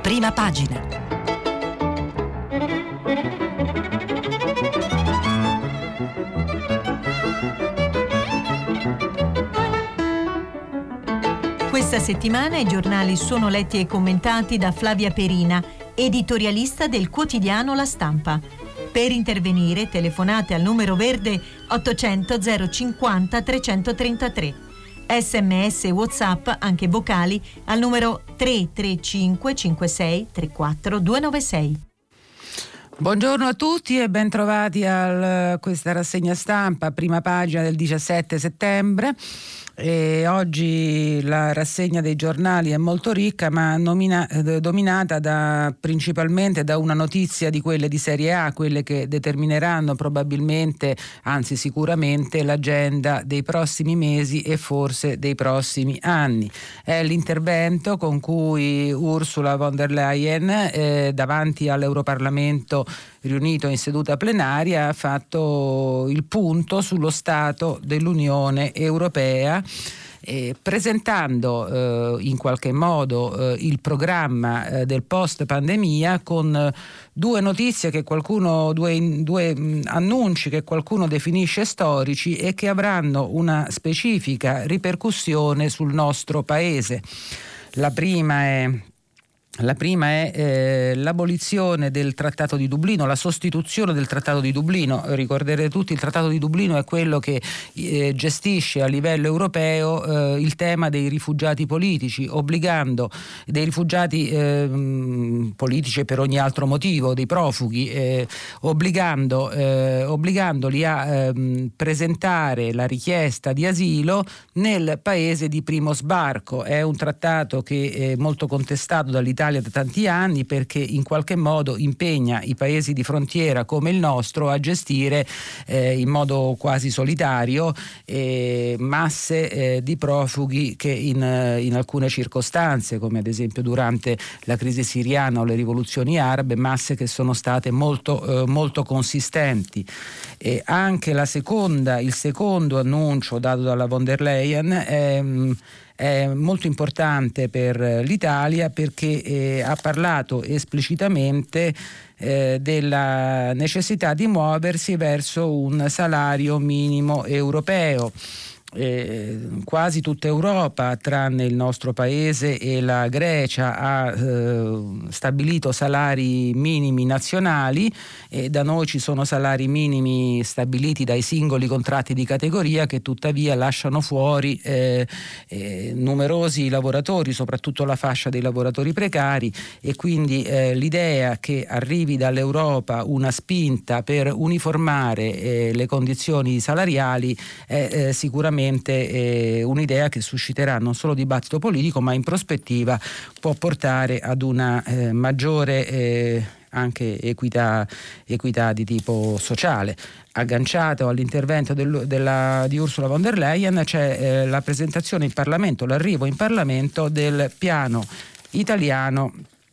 Prima pagina. Questa settimana i giornali sono letti e commentati da Flavia Perina, editorialista del quotidiano La Stampa. Per intervenire telefonate al numero verde 800 050 333. SMS e WhatsApp, anche vocali, al numero 335 56 34 296. Buongiorno a tutti e ben trovati a questa rassegna stampa, prima pagina del 17 settembre. E oggi la rassegna dei giornali è molto ricca, ma dominata principalmente da una notizia di quelle di Serie A, quelle che determineranno probabilmente, anzi sicuramente, l'agenda dei prossimi mesi e forse dei prossimi anni. È l'intervento con cui Ursula von der Leyen davanti all'Europarlamento riunito in seduta plenaria ha fatto il punto sullo stato dell'Unione Europea, presentando in qualche modo il programma del post pandemia con due notizie che due annunci che qualcuno definisce storici e che avranno una specifica ripercussione sul nostro paese. La prima è l'abolizione del Trattato di Dublino, la sostituzione del Trattato di Dublino. Ricorderete tutti, il Trattato di Dublino è quello che gestisce a livello europeo il tema dei rifugiati politici, obbligando dei rifugiati politici e per ogni altro motivo, dei profughi, obbligandoli a presentare la richiesta di asilo nel paese di primo sbarco. È un trattato che è molto contestato dall'Italia da tanti anni, perché in qualche modo impegna i paesi di frontiera come il nostro a gestire in modo quasi solitario masse di profughi che in alcune circostanze, come ad esempio durante la crisi siriana o le rivoluzioni arabe, masse che sono state molto consistenti. E anche il secondo annuncio dato dalla von der Leyen è molto importante per l'Italia, perché ha parlato esplicitamente della necessità di muoversi verso un salario minimo europeo. Quasi tutta Europa, tranne il nostro paese e la Grecia, ha stabilito salari minimi nazionali, e da noi ci sono salari minimi stabiliti dai singoli contratti di categoria, che tuttavia lasciano fuori numerosi lavoratori, soprattutto la fascia dei lavoratori precari, e quindi l'idea che arrivi dall'Europa una spinta per uniformare le condizioni salariali è sicuramente un'idea che susciterà non solo dibattito politico, ma in prospettiva può portare ad una maggiore anche equità di tipo sociale. Agganciato all'intervento di Ursula von der Leyen c'è la presentazione in Parlamento, l'arrivo in Parlamento del piano italiano,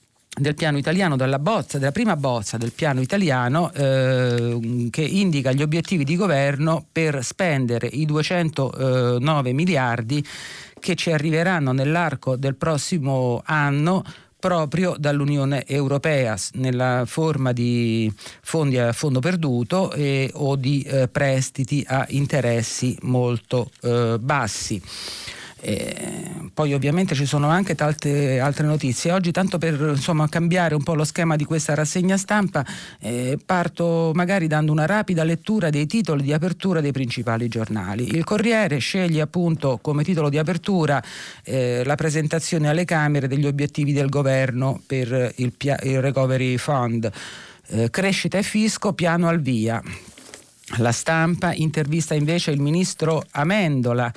della prima bozza del piano italiano che indica gli obiettivi di governo per spendere i 209 miliardi che ci arriveranno nell'arco del prossimo anno proprio dall'Unione Europea, nella forma di fondi a fondo perduto o di prestiti a interessi molto bassi. Poi ovviamente ci sono anche tante altre notizie. Oggi, tanto per cambiare un po' lo schema di questa rassegna stampa, parto magari dando una rapida lettura dei titoli di apertura dei principali giornali. Il Corriere sceglie appunto come titolo di apertura la presentazione alle Camere degli obiettivi del governo per il Recovery Fund. Crescita e fisco, piano al via. La Stampa intervista invece il ministro Amendola,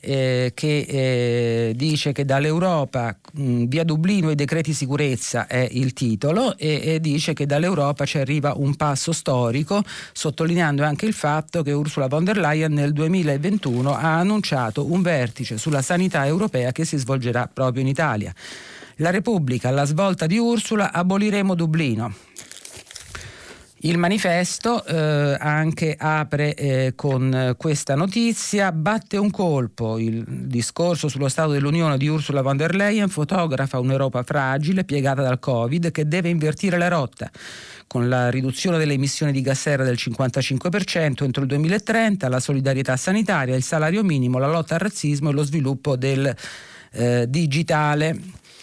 che dice che dall'Europa via Dublino e decreti sicurezza è il titolo, e dice che dall'Europa ci arriva un passo storico, sottolineando anche il fatto che Ursula von der Leyen nel 2021 ha annunciato un vertice sulla sanità europea che si svolgerà proprio in Italia. La Repubblica, alla svolta di Ursula, aboliremo Dublino. Il Manifesto anche apre con questa notizia: batte un colpo. Il discorso sullo Stato dell'Unione di Ursula von der Leyen fotografa un'Europa fragile, piegata dal Covid, che deve invertire la rotta. Con la riduzione delle emissioni di gas serra del 55% entro il 2030, la solidarietà sanitaria, il salario minimo, la lotta al razzismo e lo sviluppo del digitale.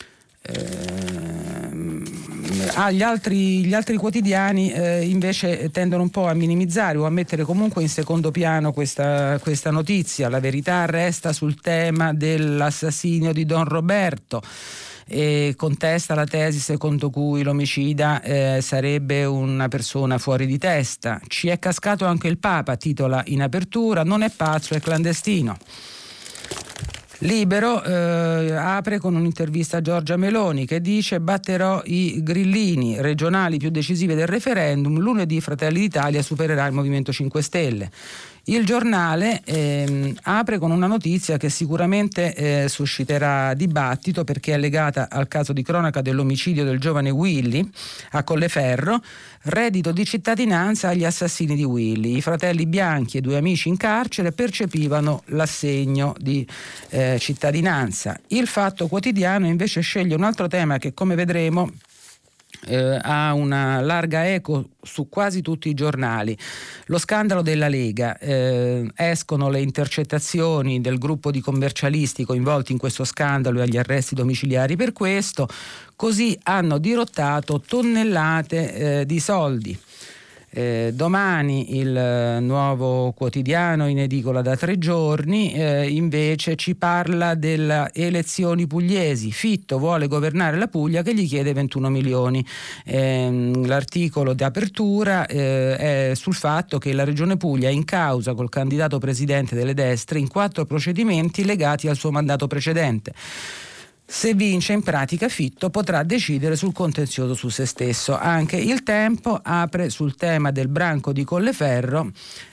Gli altri quotidiani invece tendono un po' a minimizzare o a mettere comunque in secondo piano questa notizia. La Verità resta sul tema dell'assassinio di Don Roberto e contesta la tesi secondo cui l'omicida sarebbe una persona fuori di testa. Ci è cascato anche il Papa, titola in apertura, non è pazzo, è clandestino. Libero apre con un'intervista a Giorgia Meloni che dice: batterò i grillini, regionali più decisive del referendum, lunedì Fratelli d'Italia supererà il Movimento 5 Stelle. Il Giornale apre con una notizia che sicuramente susciterà dibattito perché è legata al caso di cronaca dell'omicidio del giovane Willy a Colleferro. Reddito di cittadinanza agli assassini di Willy. I fratelli Bianchi e 2 amici in carcere percepivano l'assegno di cittadinanza. Il Fatto Quotidiano invece sceglie un altro tema che, come vedremo, ha una larga eco su quasi tutti i giornali. Lo scandalo della Lega. Escono le intercettazioni del gruppo di commercialisti coinvolti in questo scandalo e agli arresti domiciliari per questo. Così hanno dirottato tonnellate di soldi. Domani il Nuovo Quotidiano, in edicola da 3 giorni, invece ci parla delle elezioni pugliesi. Fitto vuole governare la Puglia che gli chiede 21 milioni. L'articolo di apertura è sul fatto che la Regione Puglia è in causa col candidato presidente delle destre in 4 procedimenti legati al suo mandato precedente. Se vince, in pratica, Fitto potrà decidere sul contenzioso su se stesso. Anche Il Tempo apre sul tema del branco di Colleferro,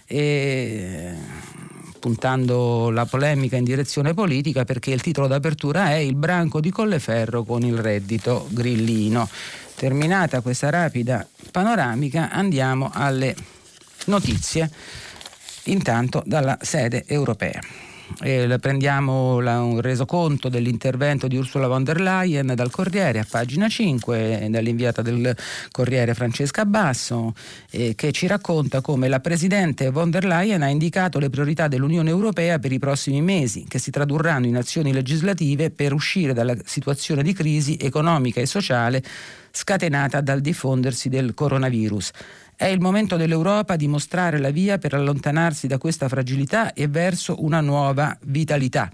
puntando la polemica in direzione politica, perché il titolo d'apertura è Il branco di Colleferro con il reddito grillino. Terminata questa rapida panoramica, andiamo alle notizie, intanto dalla sede europea. Prendiamo un resoconto dell'intervento di Ursula von der Leyen dal Corriere a pagina 5, dall'inviata del Corriere Francesca Basso, che ci racconta come la Presidente von der Leyen ha indicato le priorità dell'Unione Europea per i prossimi mesi, che si tradurranno in azioni legislative per uscire dalla situazione di crisi economica e sociale scatenata dal diffondersi del coronavirus. È il momento dell'Europa di mostrare la via per allontanarsi da questa fragilità e verso una nuova vitalità.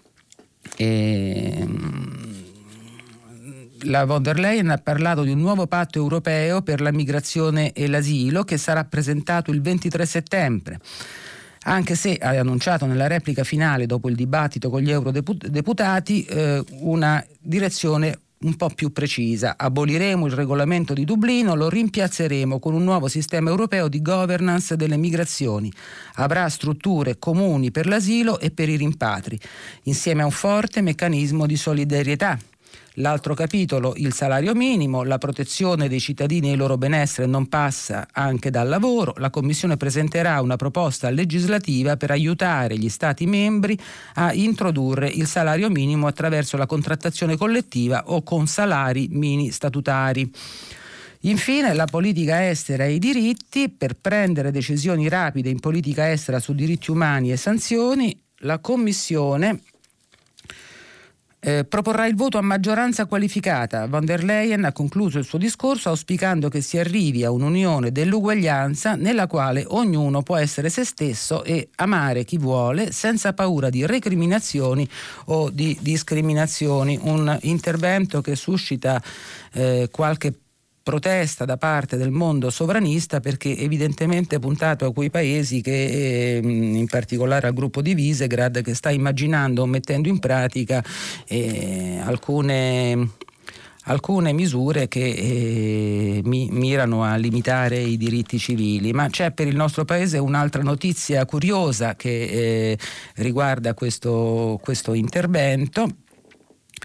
La von der Leyen ha parlato di un nuovo patto europeo per la migrazione e l'asilo che sarà presentato il 23 settembre. Anche se ha annunciato nella replica finale, dopo il dibattito con gli eurodeputati, una direzione un po' più precisa. Aboliremo il regolamento di Dublino, lo rimpiazzeremo con un nuovo sistema europeo di governance delle migrazioni. Avrà strutture comuni per l'asilo e per i rimpatri, insieme a un forte meccanismo di solidarietà. L'altro capitolo, il salario minimo, la protezione dei cittadini e il loro benessere non passa anche dal lavoro. La Commissione presenterà una proposta legislativa per aiutare gli Stati membri a introdurre il salario minimo attraverso la contrattazione collettiva o con salari mini statutari. Infine, la politica estera e i diritti. Per prendere decisioni rapide in politica estera su diritti umani e sanzioni, la Commissione proporrà il voto a maggioranza qualificata. Von der Leyen ha concluso il suo discorso auspicando che si arrivi a un'unione dell'uguaglianza nella quale ognuno può essere se stesso e amare chi vuole senza paura di recriminazioni o di discriminazioni. Un intervento che suscita qualche protesta da parte del mondo sovranista, perché evidentemente è puntato a quei paesi che, in particolare al gruppo di Visegrad, che sta immaginando o mettendo in pratica alcune misure che mirano a limitare i diritti civili. Ma c'è per il nostro paese un'altra notizia curiosa che riguarda questo intervento.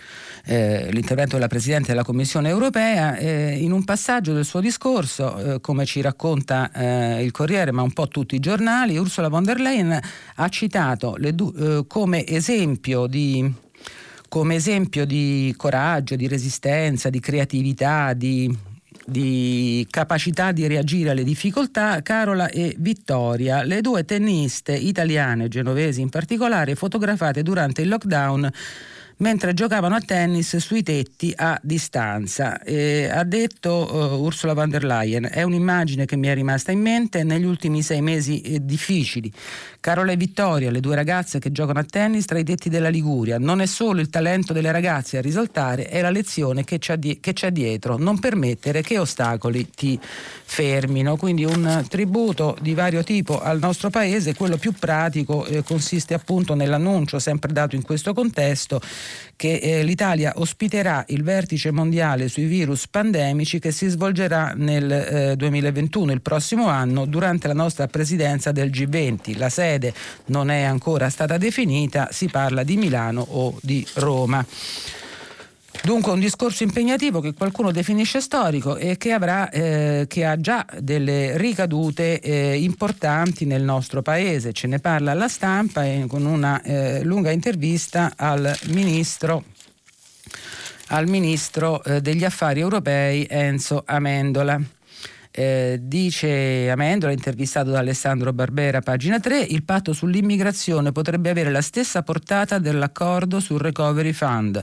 l'intervento della Presidente della Commissione europea. In un passaggio del suo discorso, come ci racconta il Corriere, ma un po' tutti i giornali, Ursula von der Leyen ha citato come esempio di coraggio, di resistenza, di creatività, di capacità di reagire alle difficoltà, Carola e Vittoria, le due tenniste italiane, genovesi in particolare, fotografate durante il lockdown mentre giocavano a tennis sui tetti a distanza. Ha detto Ursula von der Leyen: è un'immagine che mi è rimasta in mente negli ultimi 6 mesi difficili. Carola e Vittoria, le due ragazze che giocano a tennis tra i tetti della Liguria. Non è solo il talento delle ragazze a risaltare, è la lezione che c'è dietro. Non permettere che ostacoli ti fermino. Quindi un tributo di vario tipo al nostro paese. Quello più pratico consiste appunto nell'annuncio, sempre dato in questo contesto, che l'Italia ospiterà il vertice mondiale sui virus pandemici che si svolgerà nel 2021, il prossimo anno, durante la nostra presidenza del G20. La sede non è ancora stata definita, si parla di Milano o di Roma. Dunque un discorso impegnativo che qualcuno definisce storico e che ha già delle ricadute importanti nel nostro paese. Ce ne parla La Stampa con una lunga intervista al ministro degli affari europei Enzo Amendola. Dice Amendola, intervistato da Alessandro Barbera, pagina 3: il patto sull'immigrazione potrebbe avere la stessa portata dell'accordo sul Recovery Fund.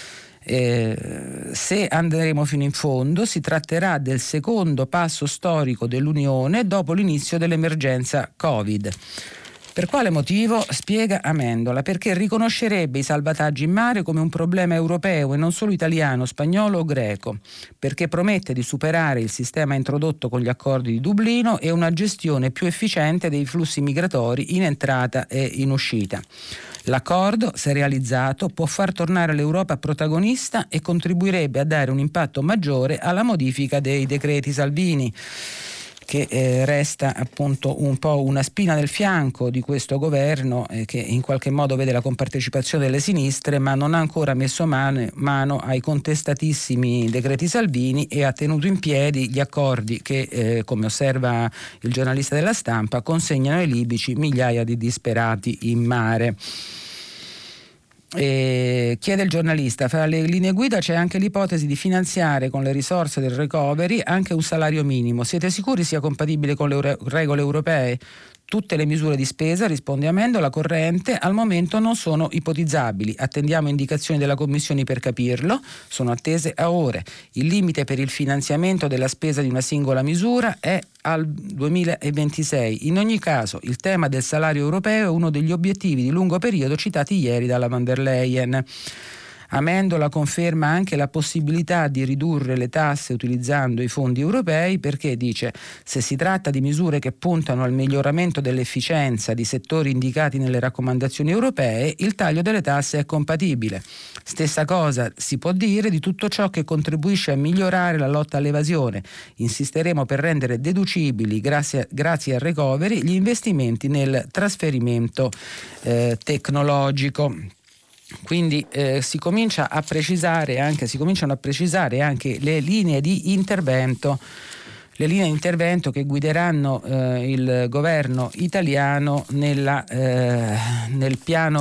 Se andremo fino in fondo, si tratterà del secondo passo storico dell'Unione dopo l'inizio dell'emergenza Covid. Per quale motivo? Spiega Amendola: perché riconoscerebbe i salvataggi in mare come un problema europeo e non solo italiano, spagnolo o greco, perché promette di superare il sistema introdotto con gli accordi di Dublino e una gestione più efficiente dei flussi migratori in entrata e in uscita. L'accordo, se realizzato, può far tornare l'Europa protagonista e contribuirebbe a dare un impatto maggiore alla modifica dei decreti Salvini, che resta appunto un po' una spina nel fianco di questo governo, che in qualche modo vede la compartecipazione delle sinistre, ma non ha ancora messo mano ai contestatissimi decreti Salvini e ha tenuto in piedi gli accordi che, come osserva il giornalista della Stampa, consegnano ai libici migliaia di disperati in mare. Chiede il giornalista: fra le linee guida c'è anche l'ipotesi di finanziare con le risorse del recovery anche un salario minimo. Siete sicuri sia compatibile con le regole europee? Tutte le misure di spesa, risponde Amendola, corrente, al momento non sono ipotizzabili. Attendiamo indicazioni della Commissione per capirlo, sono attese a ore. Il limite per il finanziamento della spesa di una singola misura è al 2026. In ogni caso, il tema del salario europeo è uno degli obiettivi di lungo periodo citati ieri dalla von der Leyen. Amendola conferma anche la possibilità di ridurre le tasse utilizzando i fondi europei, perché dice: se si tratta di misure che puntano al miglioramento dell'efficienza di settori indicati nelle raccomandazioni europee, il taglio delle tasse è compatibile. Stessa cosa si può dire di tutto ciò che contribuisce a migliorare la lotta all'evasione. Insisteremo per rendere deducibili, grazie al recovery, gli investimenti nel trasferimento tecnologico. Quindi si cominciano a precisare anche le linee di intervento che guideranno il governo italiano nel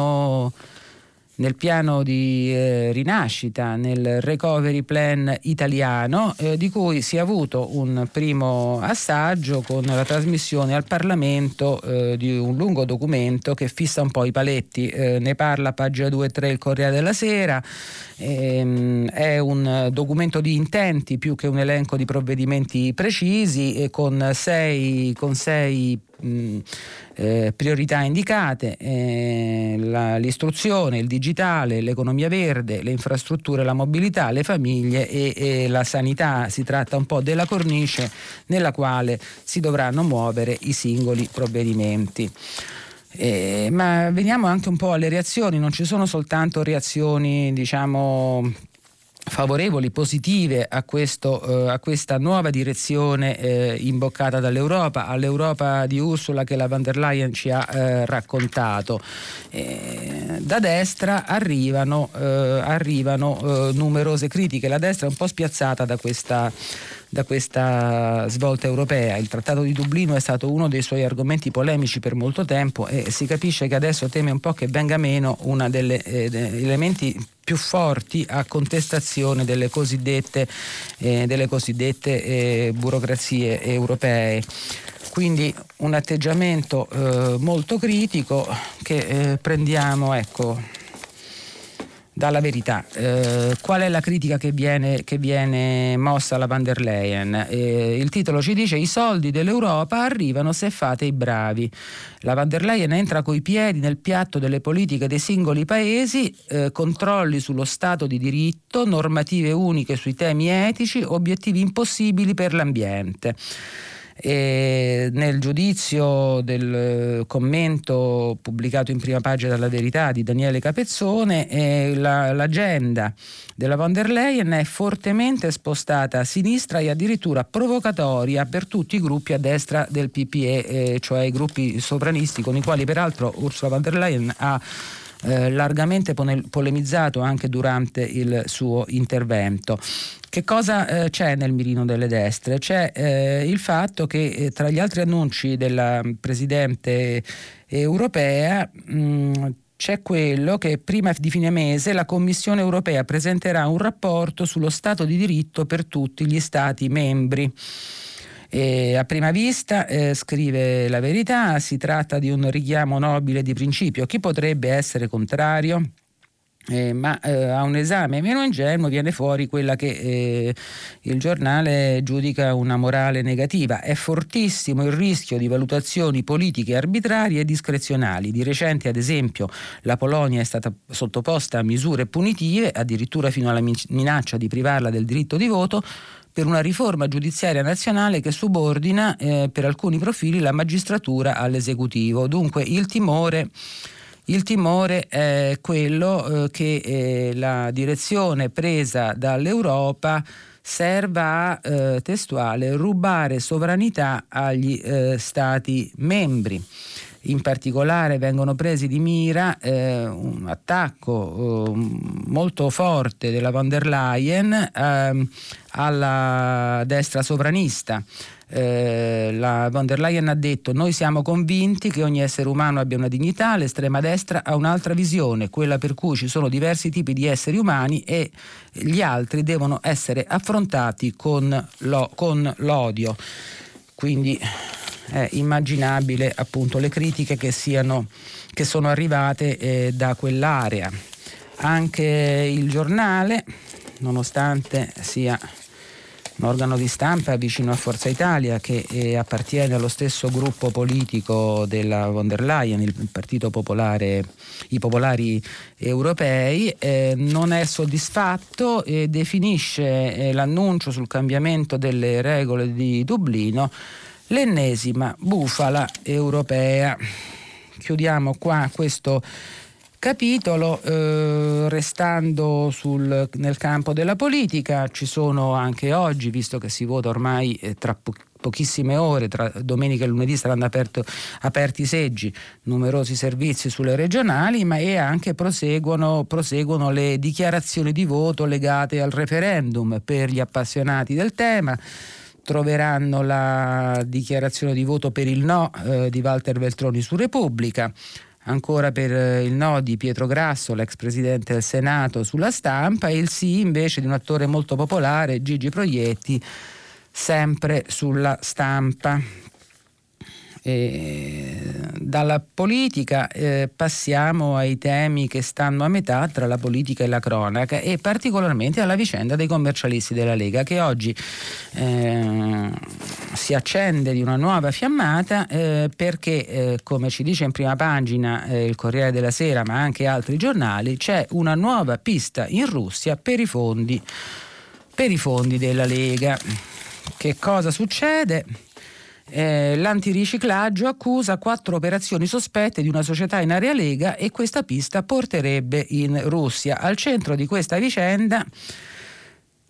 piano di rinascita, nel recovery plan italiano, di cui si è avuto un primo assaggio con la trasmissione al Parlamento di un lungo documento che fissa un po' i paletti. Ne parla a pagina 2 e 3 il Corriere della Sera. È un documento di intenti più che un elenco di provvedimenti precisi, con sei priorità indicate: l'istruzione, il digitale, l'economia verde, le infrastrutture, la mobilità, le famiglie e la sanità. Si tratta un po' della cornice nella quale si dovranno muovere i singoli provvedimenti. Ma veniamo anche un po' alle reazioni. Non ci sono soltanto reazioni, diciamo, favorevoli, positive a questa nuova direzione imboccata dall'Europa, all'Europa di Ursula che la von der Leyen ci ha raccontato. Da destra arrivano numerose critiche. La destra è un po' spiazzata da questa svolta europea. Il Trattato di Dublino è stato uno dei suoi argomenti polemici per molto tempo e si capisce che adesso teme un po' che venga meno uno degli elementi più forti a contestazione delle cosiddette burocrazie europee. Quindi un atteggiamento molto critico che prendiamo dalla verità. Qual è la critica che viene mossa alla von der Leyen? Il titolo ci dice: i soldi dell'Europa arrivano se fate i bravi. La von der Leyen entra coi piedi nel piatto delle politiche dei singoli paesi, controlli sullo Stato di diritto, normative uniche sui temi etici, obiettivi impossibili per l'ambiente. E nel giudizio del commento pubblicato in prima pagina dalla Verità di Daniele Capezzone, l'agenda della von der Leyen è fortemente spostata a sinistra e addirittura provocatoria per tutti i gruppi a destra del PPE, cioè i gruppi sovranisti con i quali peraltro Ursula von der Leyen ha largamente polemizzato anche durante il suo intervento. Che cosa c'è nel mirino delle destre? C'è il fatto che tra gli altri annunci della Presidente europea c'è quello che prima di fine mese la Commissione europea presenterà un rapporto sullo Stato di diritto per tutti gli Stati membri. A prima vista, scrive La Verità, si tratta di un richiamo nobile di principio. Chi potrebbe essere contrario? Ma a un esame meno ingenuo viene fuori quella che il giornale giudica una morale negativa. È fortissimo il rischio di valutazioni politiche arbitrarie e discrezionali. Di recente, ad esempio, la Polonia è stata sottoposta a misure punitive, addirittura fino alla minaccia di privarla del diritto di voto, per una riforma giudiziaria nazionale che subordina per alcuni profili la magistratura all'esecutivo. Dunque il timore è quello che la direzione presa dall'Europa serva a, testuale, rubare sovranità agli Stati membri. In particolare vengono presi di mira un attacco molto forte della von der Leyen alla destra sovranista. La von der Leyen ha detto: noi siamo convinti che ogni essere umano abbia una dignità, l'estrema destra ha un'altra visione, quella per cui ci sono diversi tipi di esseri umani e gli altri devono essere affrontati con l'odio. Quindi è immaginabile appunto le critiche che sono arrivate da quell'area. Anche il giornale, nonostante sia un organo di stampa vicino a Forza Italia che appartiene allo stesso gruppo politico della von der Leyen, il Partito Popolare, i Popolari Europei, non è soddisfatto e definisce l'annuncio sul cambiamento delle regole di Dublino l'ennesima bufala europea. Chiudiamo qua questo capitolo restando nel campo della politica. Ci sono anche oggi, visto che si vota ormai tra pochissime ore, tra domenica e lunedì saranno aperti i seggi, numerosi servizi sulle regionali, ma anche proseguono le dichiarazioni di voto legate al referendum. Per gli appassionati del tema troveranno la dichiarazione di voto per il no di Walter Veltroni su Repubblica, ancora per il no di Pietro Grasso, l'ex presidente del Senato, sulla Stampa, e il sì invece di un attore molto popolare, Gigi Proietti, sempre sulla Stampa. Dalla politica passiamo ai temi che stanno a metà tra la politica e la cronaca, e particolarmente alla vicenda dei commercialisti della Lega, che oggi si accende di una nuova fiammata perché come ci dice in prima pagina il Corriere della Sera, ma anche altri giornali, c'è una nuova pista in Russia per i fondi della Lega. Che cosa succede? L'antiriciclaggio accusa 4 operazioni sospette di una società in area Lega e questa pista porterebbe in Russia. Al centro di questa vicenda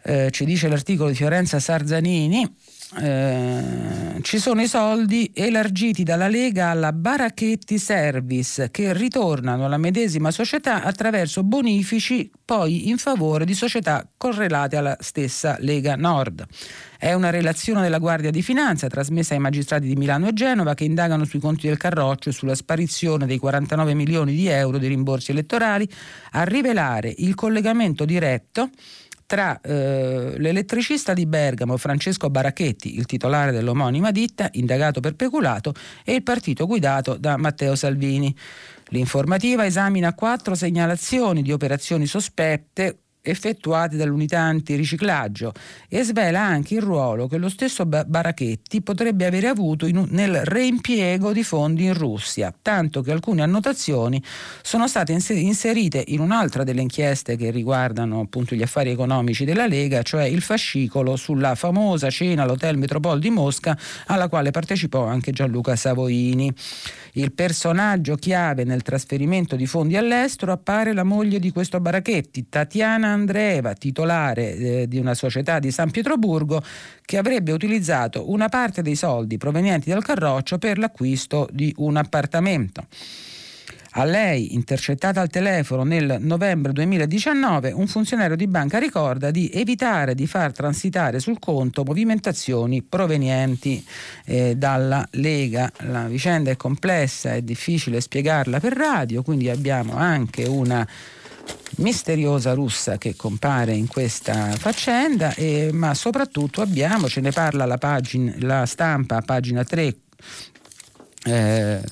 ci dice l'articolo di Fiorenza Sarzanini. Ci sono i soldi elargiti dalla Lega alla Baracchetti Service, che ritornano alla medesima società attraverso bonifici poi in favore di società correlate alla stessa Lega Nord. È una relazione della Guardia di Finanza trasmessa ai magistrati di Milano e Genova, che indagano sui conti del Carroccio e sulla sparizione dei 49 milioni di euro di rimborsi elettorali, a rivelare il collegamento diretto tra l'elettricista di Bergamo Francesco Baracchetti, il titolare dell'omonima ditta, indagato per peculato, e il partito guidato da Matteo Salvini. L'informativa esamina 4 segnalazioni di operazioni sospette effettuate dall'unità antiriciclaggio e svela anche il ruolo che lo stesso Baracchetti potrebbe avere avuto nel reimpiego di fondi in Russia, tanto che alcune annotazioni sono state inserite in un'altra delle inchieste che riguardano appunto gli affari economici della Lega, cioè il fascicolo sulla famosa cena all'Hotel Metropole di Mosca, alla quale partecipò anche Gianluca Savoini. Il personaggio chiave nel trasferimento di fondi all'estero appare la moglie di questo Baracchetti, Tatiana Andreeva, titolare di una società di San Pietroburgo, che avrebbe utilizzato una parte dei soldi provenienti dal Carroccio per l'acquisto di un appartamento. A lei, intercettata al telefono nel novembre 2019, un funzionario di banca ricorda di evitare di far transitare sul conto movimentazioni provenienti dalla Lega. La vicenda è complessa, è difficile spiegarla per radio, quindi abbiamo anche una misteriosa russa che compare in questa faccenda, ma soprattutto ce ne parla la Stampa, pagina 3. Ce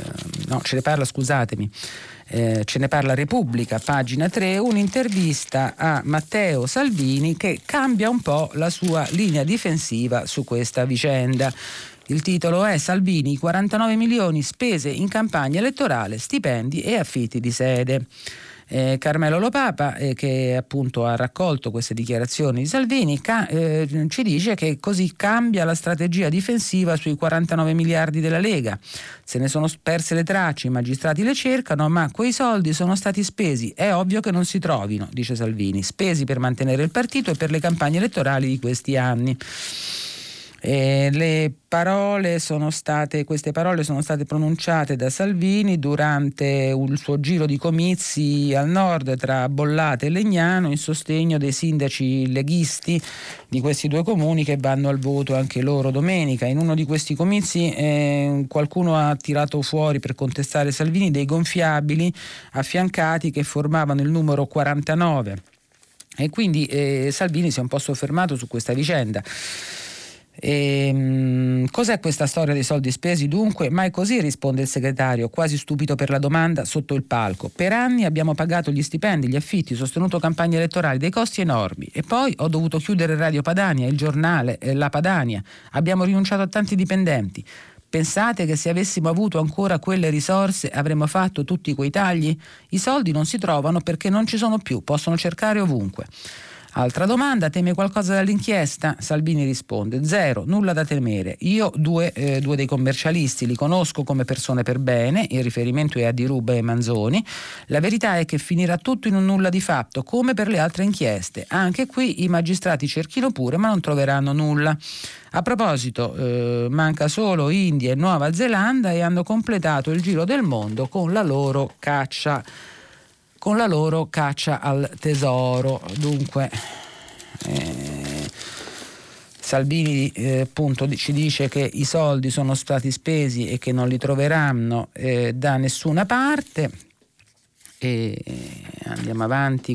ne parla Repubblica, pagina 3, un'intervista a Matteo Salvini che cambia un po' la sua linea difensiva su questa vicenda. Il titolo è: Salvini, 49 milioni spese in campagna elettorale, stipendi e affitti di sede. Carmelo Lopapa, che appunto ha raccolto queste dichiarazioni di Salvini, ci dice che così cambia la strategia difensiva sui 49 miliardi della Lega. Se ne sono perse le tracce, i magistrati le cercano, ma quei soldi sono stati spesi, è ovvio che non si trovino, dice Salvini, spesi per mantenere il partito e per le campagne elettorali di questi anni. Queste parole sono state pronunciate da Salvini durante il suo giro di comizi al nord tra Bollate e Legnano in sostegno dei sindaci leghisti di questi due comuni che vanno al voto anche loro domenica. In uno di questi comizi qualcuno ha tirato fuori per contestare Salvini dei gonfiabili affiancati che formavano il numero 49 e quindi Salvini si è un po' soffermato su questa vicenda. Cos'è questa storia dei soldi spesi dunque? Mai così, risponde il segretario, quasi stupito per la domanda sotto il palco. Per anni abbiamo pagato gli stipendi, gli affitti, sostenuto campagne elettorali, dei costi enormi, e poi ho dovuto chiudere Radio Padania, il giornale La Padania, abbiamo rinunciato a tanti dipendenti. Pensate che se avessimo avuto ancora quelle risorse avremmo fatto tutti quei tagli? I soldi non si trovano perché non ci sono più, possono cercare ovunque. Altra domanda: teme qualcosa dall'inchiesta? Salvini risponde: zero, nulla da temere. Io due dei commercialisti li conosco come persone per bene, il riferimento è a Di Ruba e Manzoni. La verità è che finirà tutto in un nulla di fatto, come per le altre inchieste. Anche qui i magistrati cerchino pure, ma non troveranno nulla. A proposito, manca solo India e Nuova Zelanda e hanno completato il giro del mondo con la loro caccia al tesoro. Dunque Salvini appunto ci dice che i soldi sono stati spesi e che non li troveranno da nessuna parte. E andiamo avanti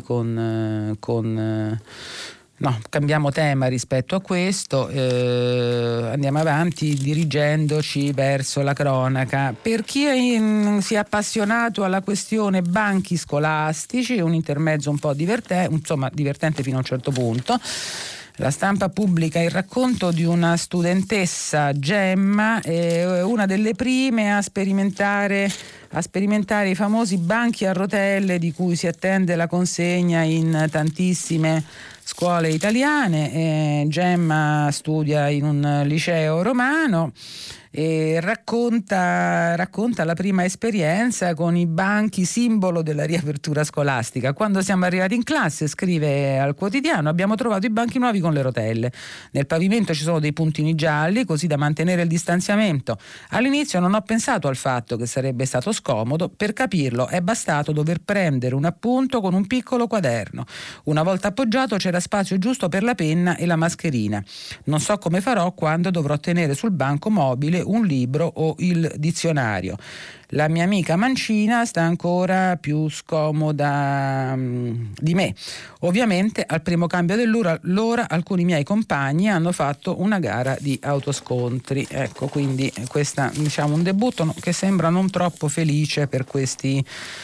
cambiamo tema rispetto a questo, andiamo avanti dirigendoci verso la cronaca. Per chi si è appassionato alla questione banchi scolastici, un intermezzo un po' divertente fino a un certo punto. La Stampa pubblica il racconto di una studentessa, Gemma, una delle prime a sperimentare i famosi banchi a rotelle di cui si attende la consegna in tantissime scuole italiane. Gemma studia in un liceo romano e racconta la prima esperienza con i banchi simbolo della riapertura scolastica. Quando siamo arrivati in classe, scrive al quotidiano, abbiamo trovato i banchi nuovi con le rotelle. Nel pavimento ci sono dei puntini gialli così da mantenere il distanziamento. All'inizio non ho pensato al fatto che sarebbe stato scomodo, per capirlo è bastato dover prendere un appunto con un piccolo quaderno. Una volta appoggiato c'era spazio giusto per la penna e la mascherina. Non so come farò quando dovrò tenere sul banco mobile un libro o il dizionario. La mia amica mancina sta ancora più scomoda di me. Ovviamente al primo cambio dell'ora alcuni miei compagni hanno fatto una gara di autoscontri. Ecco, quindi questo un debutto che sembra non troppo felice per questi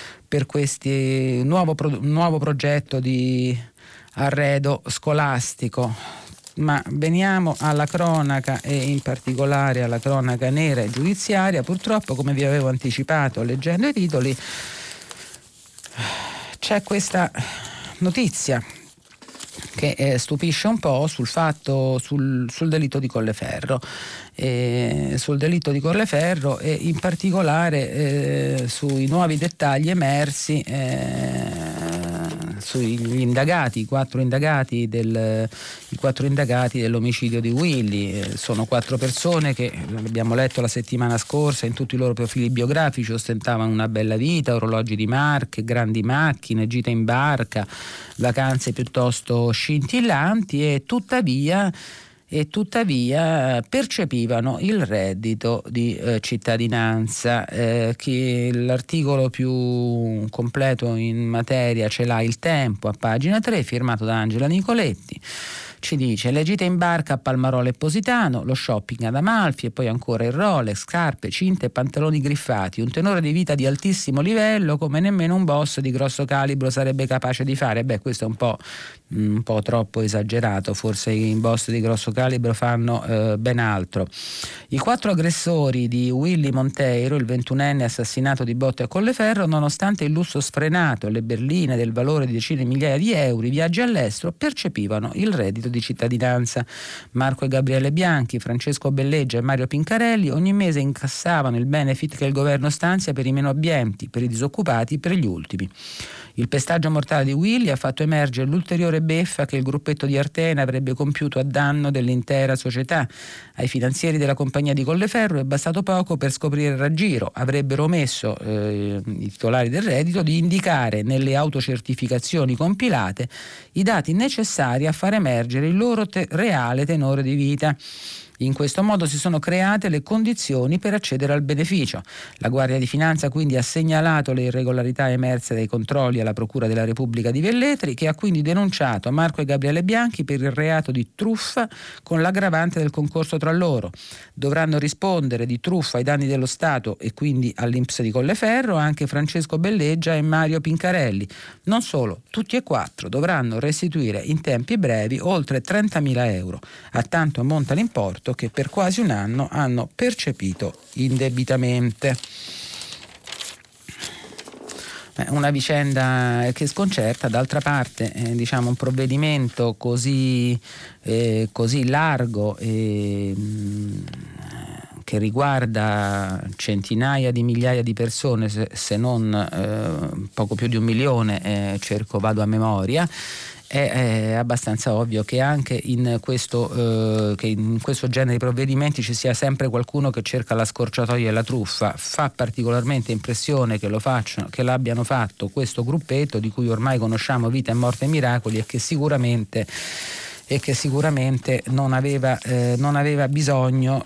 nuovo progetto di arredo scolastico. Ma veniamo alla cronaca e in particolare alla cronaca nera e giudiziaria. Purtroppo, come vi avevo anticipato leggendo i titoli, c'è questa notizia che stupisce un po' sul delitto di Colleferro. Sul delitto di Colleferro e in particolare sui nuovi dettagli emersi sugli indagati, i quattro indagati dell'omicidio di Willy. Sono 4 persone che, abbiamo letto la settimana scorsa, in tutti i loro profili biografici ostentavano una bella vita, orologi di marche, grandi macchine, gite in barca, vacanze piuttosto scintillanti e tuttavia percepivano il reddito di cittadinanza. L'articolo più completo in materia ce l'ha Il Tempo a pagina 3, firmato da Angela Nicoletti. Ci dice: le gite in barca a Palmarola e Positano, lo shopping ad Amalfi e poi ancora il Rolex, scarpe, cinte e pantaloni griffati, un tenore di vita di altissimo livello come nemmeno un boss di grosso calibro sarebbe capace di fare. Questo è un po' troppo esagerato, forse i boss di grosso calibro fanno ben altro. I 4 aggressori di Willy Monteiro, il 21enne assassinato di botte a Colleferro, nonostante il lusso sfrenato e le berline del valore di decine di migliaia di euro, i viaggi all'estero, percepivano il reddito di cittadinanza. Marco e Gabriele Bianchi, Francesco Belleggia e Mario Pincarelli ogni mese incassavano il benefit che il governo stanzia per i meno abbienti, per i disoccupati, per gli ultimi. Il pestaggio mortale di Willy ha fatto emergere l'ulteriore beffa che il gruppetto di Artena avrebbe compiuto a danno dell'intera società. Ai finanzieri della compagnia di Colleferro è bastato poco per scoprire il raggiro. Avrebbero omesso i titolari del reddito di indicare nelle autocertificazioni compilate i dati necessari a far emergere il loro reale tenore di vita. In questo modo si sono create le condizioni per accedere al beneficio. La Guardia di Finanza quindi ha segnalato le irregolarità emerse dai controlli alla Procura della Repubblica di Velletri, che ha quindi denunciato Marco e Gabriele Bianchi per il reato di truffa con l'aggravante del concorso tra loro. Dovranno rispondere di truffa ai danni dello Stato e quindi all'Inps di Colleferro anche Francesco Belleggia e Mario Pincarelli. Non solo, tutti e 4 dovranno restituire in tempi brevi oltre 30.000 euro. A tanto ammonta l'importo che per quasi un anno hanno percepito indebitamente. Una vicenda che sconcerta. D'altra parte un provvedimento così largo che riguarda centinaia di migliaia di persone, se non poco più di 1 milione, vado a memoria. È abbastanza ovvio che anche in questo genere di provvedimenti ci sia sempre qualcuno che cerca la scorciatoia e la truffa. Fa particolarmente impressione che l'abbiano fatto questo gruppetto di cui ormai conosciamo vita e morte e miracoli e che sicuramente non aveva bisogno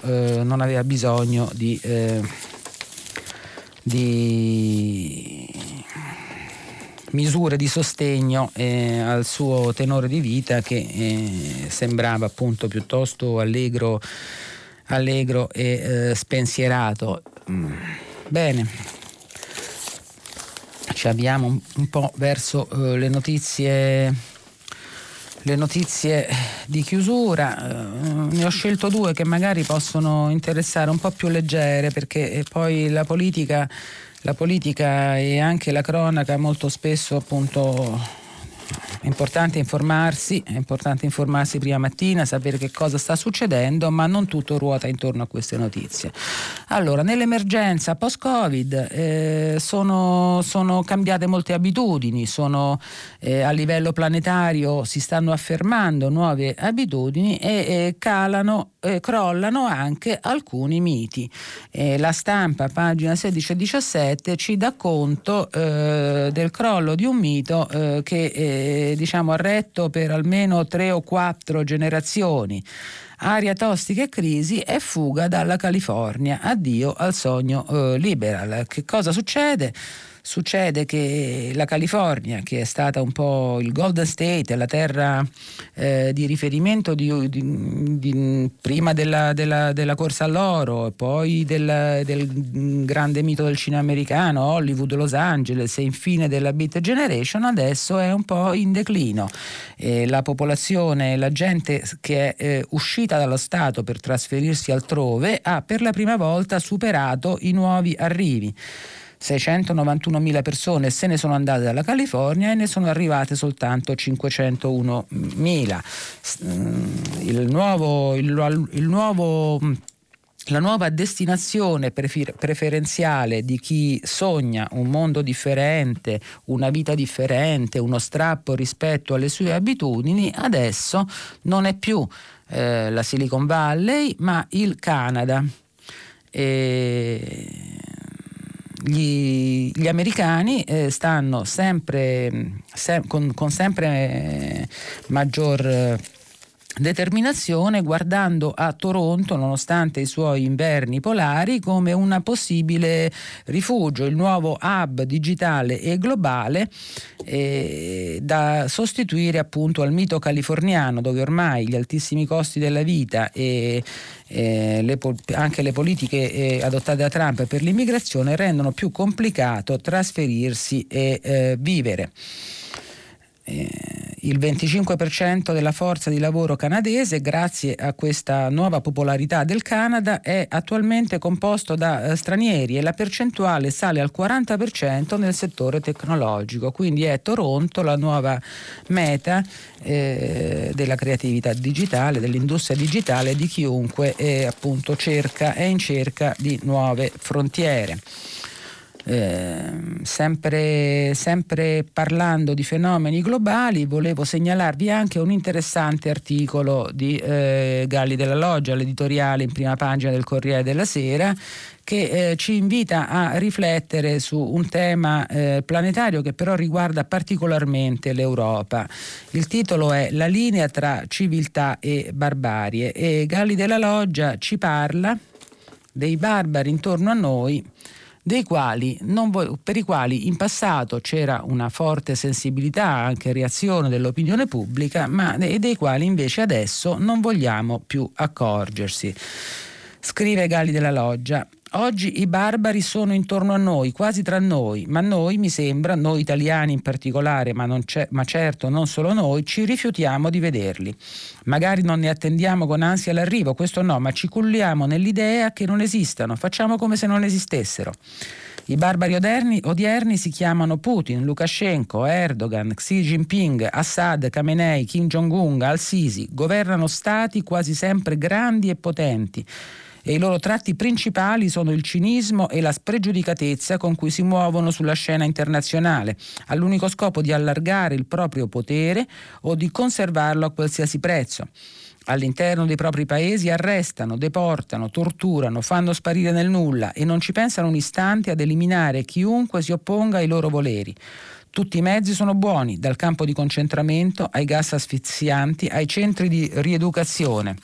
di misure di sostegno al suo tenore di vita che sembrava appunto piuttosto allegro e spensierato. Bene, ci abbiamo un po' verso le notizie di chiusura. Ne ho scelto 2 che magari possono interessare, un po' più leggere, perché poi la politica e anche la cronaca molto spesso appunto È importante informarsi prima mattina, sapere che cosa sta succedendo, ma non tutto ruota intorno a queste notizie. Allora, nell'emergenza post-Covid sono cambiate molte abitudini, a livello planetario si stanno affermando nuove abitudini e crollano anche alcuni miti. La Stampa, pagina 16 e 17, ci dà conto del crollo di un mito che ha retto per almeno 3 o 4 generazioni. Aria tostica e crisi e fuga dalla California. Addio al sogno liberal. Che cosa succede? Succede che la California, che è stata un po' il Golden State, la terra di riferimento prima della corsa all'oro, poi del grande mito del cinema americano, Hollywood, Los Angeles e infine della Beat Generation, adesso è un po' in declino. La popolazione, la gente che è uscita dallo Stato per trasferirsi altrove ha per la prima volta superato i nuovi arrivi. 691.000 persone se ne sono andate dalla California e ne sono arrivate soltanto 501.000. La nuova destinazione preferenziale di chi sogna un mondo differente, una vita differente, uno strappo rispetto alle sue abitudini, adesso non è più la Silicon Valley, ma il Canada. Gli americani stanno con sempre maggior determinazione guardando a Toronto, nonostante i suoi inverni polari, come un possibile rifugio, il nuovo hub digitale e globale da sostituire appunto al mito californiano, dove ormai gli altissimi costi della vita e anche le politiche adottate da Trump per l'immigrazione rendono più complicato trasferirsi e vivere. Il 25% della forza di lavoro canadese, grazie a questa nuova popolarità del Canada, è attualmente composto da stranieri e la percentuale sale al 40% nel settore tecnologico, quindi è Toronto la nuova meta della creatività digitale, dell'industria digitale, di chiunque appunto è in cerca di nuove frontiere. Sempre parlando di fenomeni globali, volevo segnalarvi anche un interessante articolo di Galli della Loggia, l'editoriale in prima pagina del Corriere della Sera, che ci invita a riflettere su un tema planetario che però riguarda particolarmente l'Europa. Il titolo è La linea tra civiltà e barbarie e Galli della Loggia ci parla dei barbari intorno a noi, per i quali in passato c'era una forte sensibilità, anche reazione dell'opinione pubblica, ma dei quali invece adesso non vogliamo più accorgersi. Scrive Galli della Loggia: oggi i barbari sono intorno a noi, quasi tra noi, ma noi, mi sembra, noi italiani in particolare, ma certo non solo noi, ci rifiutiamo di vederli. Magari non ne attendiamo con ansia l'arrivo, questo no, ma ci culliamo nell'idea che non esistano, facciamo come se non esistessero. I barbari odierni si chiamano Putin, Lukashenko, Erdogan, Xi Jinping, Assad, Khamenei, Kim Jong-un, Al-Sisi. Governano stati quasi sempre grandi e potenti e i loro tratti principali sono il cinismo e la spregiudicatezza con cui si muovono sulla scena internazionale, all'unico scopo di allargare il proprio potere o di conservarlo a qualsiasi prezzo. All'interno dei propri paesi arrestano, deportano, torturano, fanno sparire nel nulla e non ci pensano un istante ad eliminare chiunque si opponga ai loro voleri. Tutti i mezzi sono buoni, dal campo di concentramento ai gas asfissianti, ai centri di rieducazione.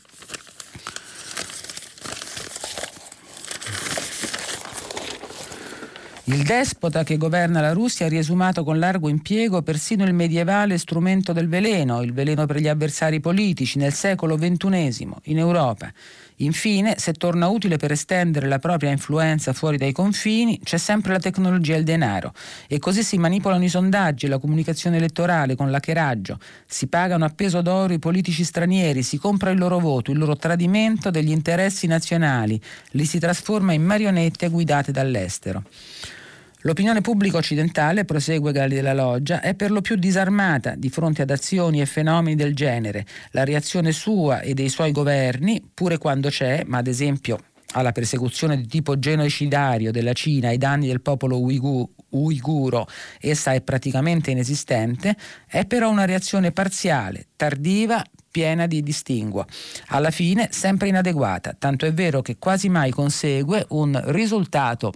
Il despota che governa la Russia ha riesumato con largo impiego persino il medievale strumento del veleno, il veleno per gli avversari politici, nel secolo XXI in Europa. Infine, se torna utile per estendere la propria influenza fuori dai confini, c'è sempre la tecnologia e il denaro. E così si manipolano i sondaggi e la comunicazione elettorale con l'hackeraggio. Si pagano a peso d'oro i politici stranieri, si compra il loro voto, il loro tradimento degli interessi nazionali. Li si trasforma in marionette guidate dall'estero. L'opinione pubblica occidentale, prosegue Galli della Loggia, è per lo più disarmata di fronte ad azioni e fenomeni del genere. La reazione sua e dei suoi governi, pure quando c'è, ma ad esempio alla persecuzione di tipo genocidario della Cina ai danni del popolo uiguro, essa è praticamente inesistente, è però una reazione parziale, tardiva, piena di distinguo. Alla fine sempre inadeguata, tanto è vero che quasi mai consegue un risultato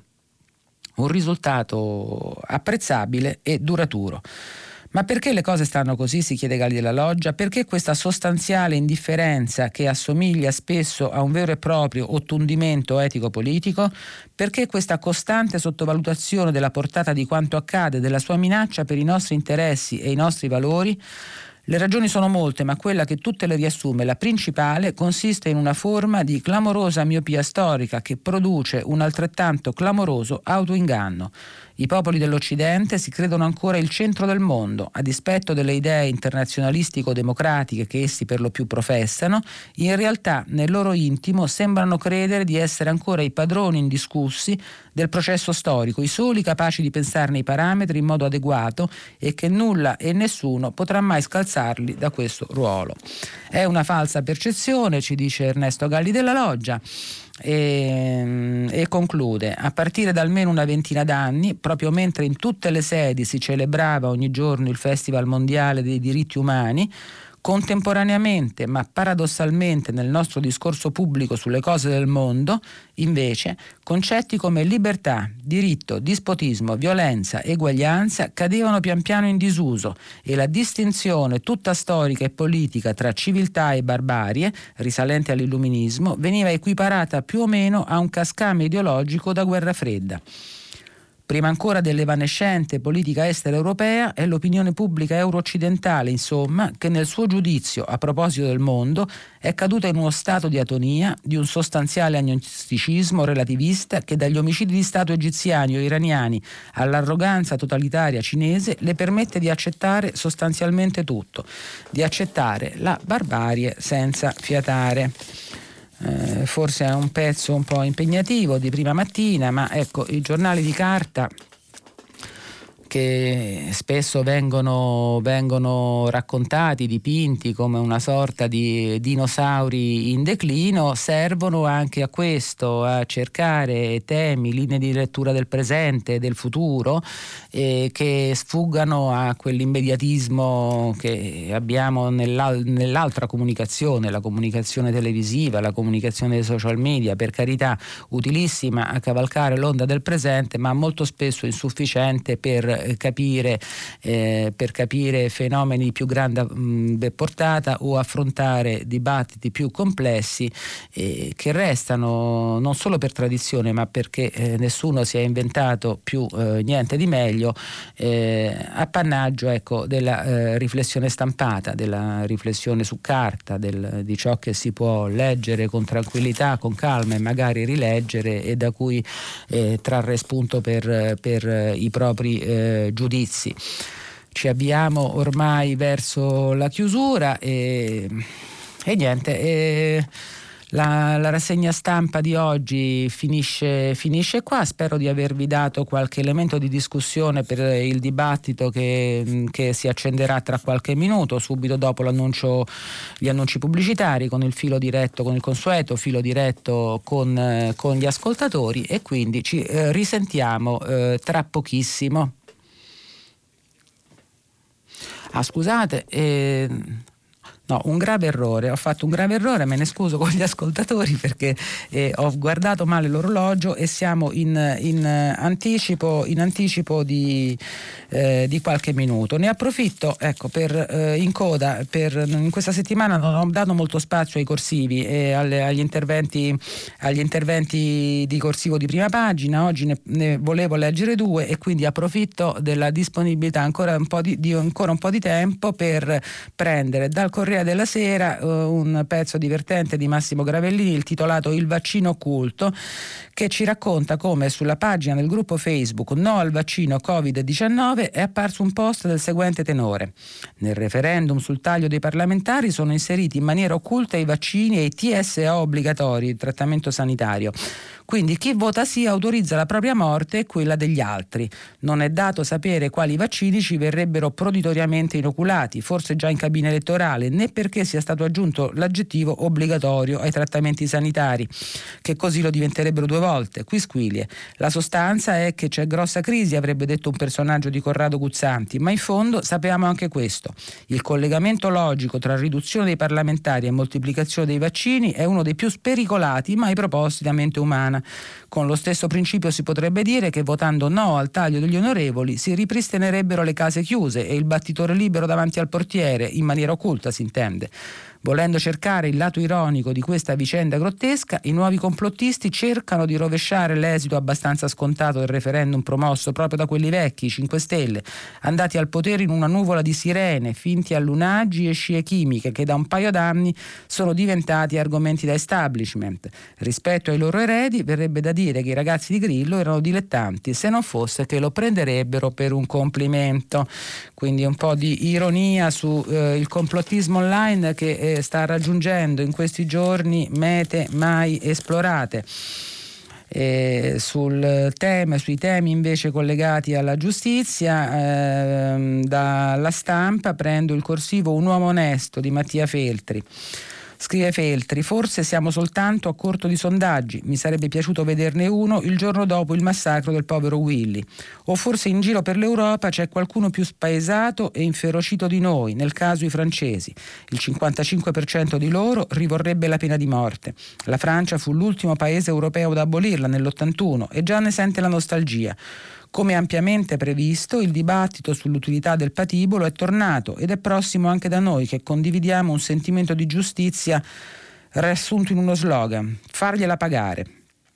apprezzabile e duraturo. Ma perché le cose stanno così, si chiede Galli della Loggia? Perché questa sostanziale indifferenza che assomiglia spesso a un vero e proprio ottundimento etico-politico? Perché questa costante sottovalutazione della portata di quanto accade, della sua minaccia per i nostri interessi e i nostri valori? Le ragioni sono molte, ma quella che tutte le riassume, la principale, consiste in una forma di clamorosa miopia storica che produce un altrettanto clamoroso autoinganno. I popoli dell'Occidente si credono ancora il centro del mondo, a dispetto delle idee internazionalistico-democratiche che essi per lo più professano. In realtà, nel loro intimo, sembrano credere di essere ancora i padroni indiscussi del processo storico, i soli capaci di pensarne i parametri in modo adeguato e che nulla e nessuno potrà mai scalzarli da questo ruolo. È una falsa percezione, ci dice Ernesto Galli della Loggia. E conclude: a partire da almeno una ventina d'anni, proprio mentre in tutte le sedi si celebrava ogni giorno il Festival Mondiale dei Diritti Umani, contemporaneamente, ma paradossalmente nel nostro discorso pubblico sulle cose del mondo, invece, concetti come libertà, diritto, dispotismo, violenza, eguaglianza cadevano pian piano in disuso e la distinzione tutta storica e politica tra civiltà e barbarie, risalente all'illuminismo, veniva equiparata più o meno a un cascame ideologico da guerra fredda. Prima ancora dell'evanescente politica estera europea, è l'opinione pubblica euro-occidentale, insomma, che nel suo giudizio a proposito del mondo è caduta in uno stato di atonia, di un sostanziale agnosticismo relativista che dagli omicidi di Stato egiziani o iraniani all'arroganza totalitaria cinese le permette di accettare sostanzialmente tutto, di accettare la barbarie senza fiatare. Forse è un pezzo un po' impegnativo di prima mattina, ma ecco, i giornali di carta che spesso vengono raccontati, dipinti come una sorta di dinosauri in declino, servono anche a questo, a cercare temi, linee di lettura del presente e del futuro che sfuggano a quell'immediatismo che abbiamo nell'altra comunicazione, la comunicazione televisiva, la comunicazione dei social media, per carità utilissima a cavalcare l'onda del presente, ma molto spesso insufficiente per capire fenomeni di più grande portata o affrontare dibattiti più complessi che restano non solo per tradizione, ma perché nessuno si è inventato più niente di meglio, appannaggio, ecco, della riflessione stampata, della riflessione su carta, di ciò che si può leggere con tranquillità, con calma e magari rileggere e da cui trarre spunto per i propri giudizi. Ci avviamo ormai verso la chiusura e niente. La rassegna stampa di oggi finisce qua. Spero di avervi dato qualche elemento di discussione per il dibattito che si accenderà tra qualche minuto, subito dopo gli annunci pubblicitari, con il filo diretto, con il consueto filo diretto con gli ascoltatori, e quindi ci risentiamo tra pochissimo. Scusate, no, un grave errore, ho fatto un grave errore, me ne scuso con gli ascoltatori perché ho guardato male l'orologio e siamo in anticipo di qualche minuto. Ne approfitto, ecco, in coda, in questa settimana non ho dato molto spazio ai corsivi e agli interventi di corsivo di prima pagina. Oggi ne volevo leggere 2 e quindi approfitto della disponibilità ancora un po' di tempo per prendere dal Corriere della Sera un pezzo divertente di Massimo Gravellini intitolato Il vaccino occulto, che ci racconta come sulla pagina del gruppo Facebook No al vaccino Covid-19 è apparso un post del seguente tenore: nel referendum sul taglio dei parlamentari sono inseriti in maniera occulta i vaccini e i TSO obbligatori, il trattamento sanitario. Quindi chi vota sì autorizza la propria morte e quella degli altri. Non è dato sapere quali vaccini ci verrebbero proditoriamente inoculati, forse già in cabina elettorale, né perché sia stato aggiunto l'aggettivo obbligatorio ai trattamenti sanitari, che così lo diventerebbero 2 volte. Quisquilie. La sostanza è che c'è grossa crisi, avrebbe detto un personaggio di Corrado Guzzanti, ma in fondo sappiamo anche questo. Il collegamento logico tra riduzione dei parlamentari e moltiplicazione dei vaccini è uno dei più spericolati mai proposti da mente umana. Con lo stesso principio si potrebbe dire che votando no al taglio degli onorevoli si ripristinerebbero le case chiuse e il battitore libero davanti al portiere, in maniera occulta si intende. Volendo cercare il lato ironico di questa vicenda grottesca, i nuovi complottisti cercano di rovesciare l'esito abbastanza scontato del referendum promosso proprio da quelli vecchi, 5 Stelle, andati al potere in una nuvola di sirene, finti allunaggi e scie chimiche che da un paio d'anni sono diventati argomenti da establishment. Rispetto ai loro eredi verrebbe da dire che i ragazzi di Grillo erano dilettanti, se non fosse che lo prenderebbero per un complimento. Quindi un po' di ironia su il complottismo online che sta raggiungendo in questi giorni mete mai esplorate. Sui temi invece collegati alla giustizia, dalla Stampa prendo il corsivo Un uomo onesto di Mattia Feltri. Scrive Feltri: forse siamo soltanto a corto di sondaggi, mi sarebbe piaciuto vederne uno il giorno dopo il massacro del povero Willy, o forse in giro per l'Europa c'è qualcuno più spaesato e inferocito di noi, nel caso i francesi. Il 55% di loro rivorrebbe la pena di morte. La Francia fu l'ultimo paese europeo ad abolirla nell'81 e già ne sente la nostalgia. Come ampiamente previsto, il dibattito sull'utilità del patibolo è tornato ed è prossimo anche da noi, che condividiamo un sentimento di giustizia riassunto in uno slogan: fargliela pagare.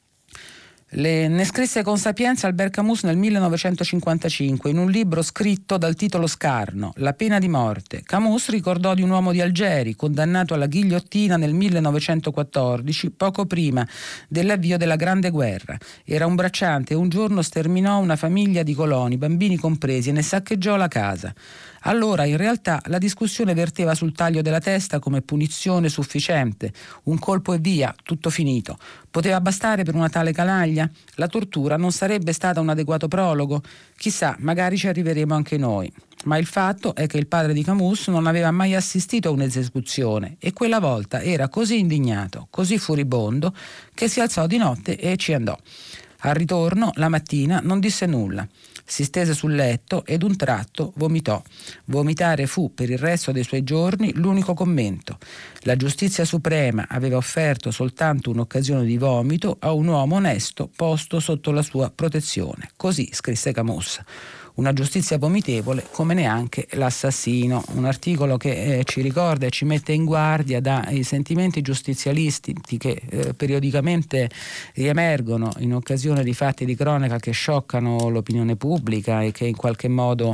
Ne scrisse con sapienza Albert Camus nel 1955 in un libro scritto dal titolo scarno, La pena di morte. Camus ricordò di un uomo di Algeri condannato alla ghigliottina nel 1914, poco prima dell'avvio della Grande Guerra. Era un bracciante e un giorno sterminò una famiglia di coloni, bambini compresi, e ne saccheggiò la casa. Allora in realtà la discussione verteva sul taglio della testa come punizione sufficiente, un colpo e via, tutto finito. Poteva bastare per una tale canaglia? La tortura non sarebbe stata un adeguato prologo? Chissà, magari ci arriveremo anche noi. Ma il fatto è che il padre di Camus non aveva mai assistito a un'esecuzione e quella volta era così indignato, così furibondo, che si alzò di notte e ci andò. Al ritorno, la mattina, non disse nulla. Si stese sul letto ed un tratto vomitò. Vomitare fu per il resto dei suoi giorni l'unico commento. La giustizia suprema aveva offerto soltanto un'occasione di vomito a un uomo onesto posto sotto la sua protezione. Così scrisse Camus. Una giustizia vomitevole come neanche l'assassino. Un articolo che ci ricorda e ci mette in guardia dai sentimenti giustizialisti che periodicamente riemergono in occasione di fatti di cronaca che scioccano l'opinione pubblica e che in qualche modo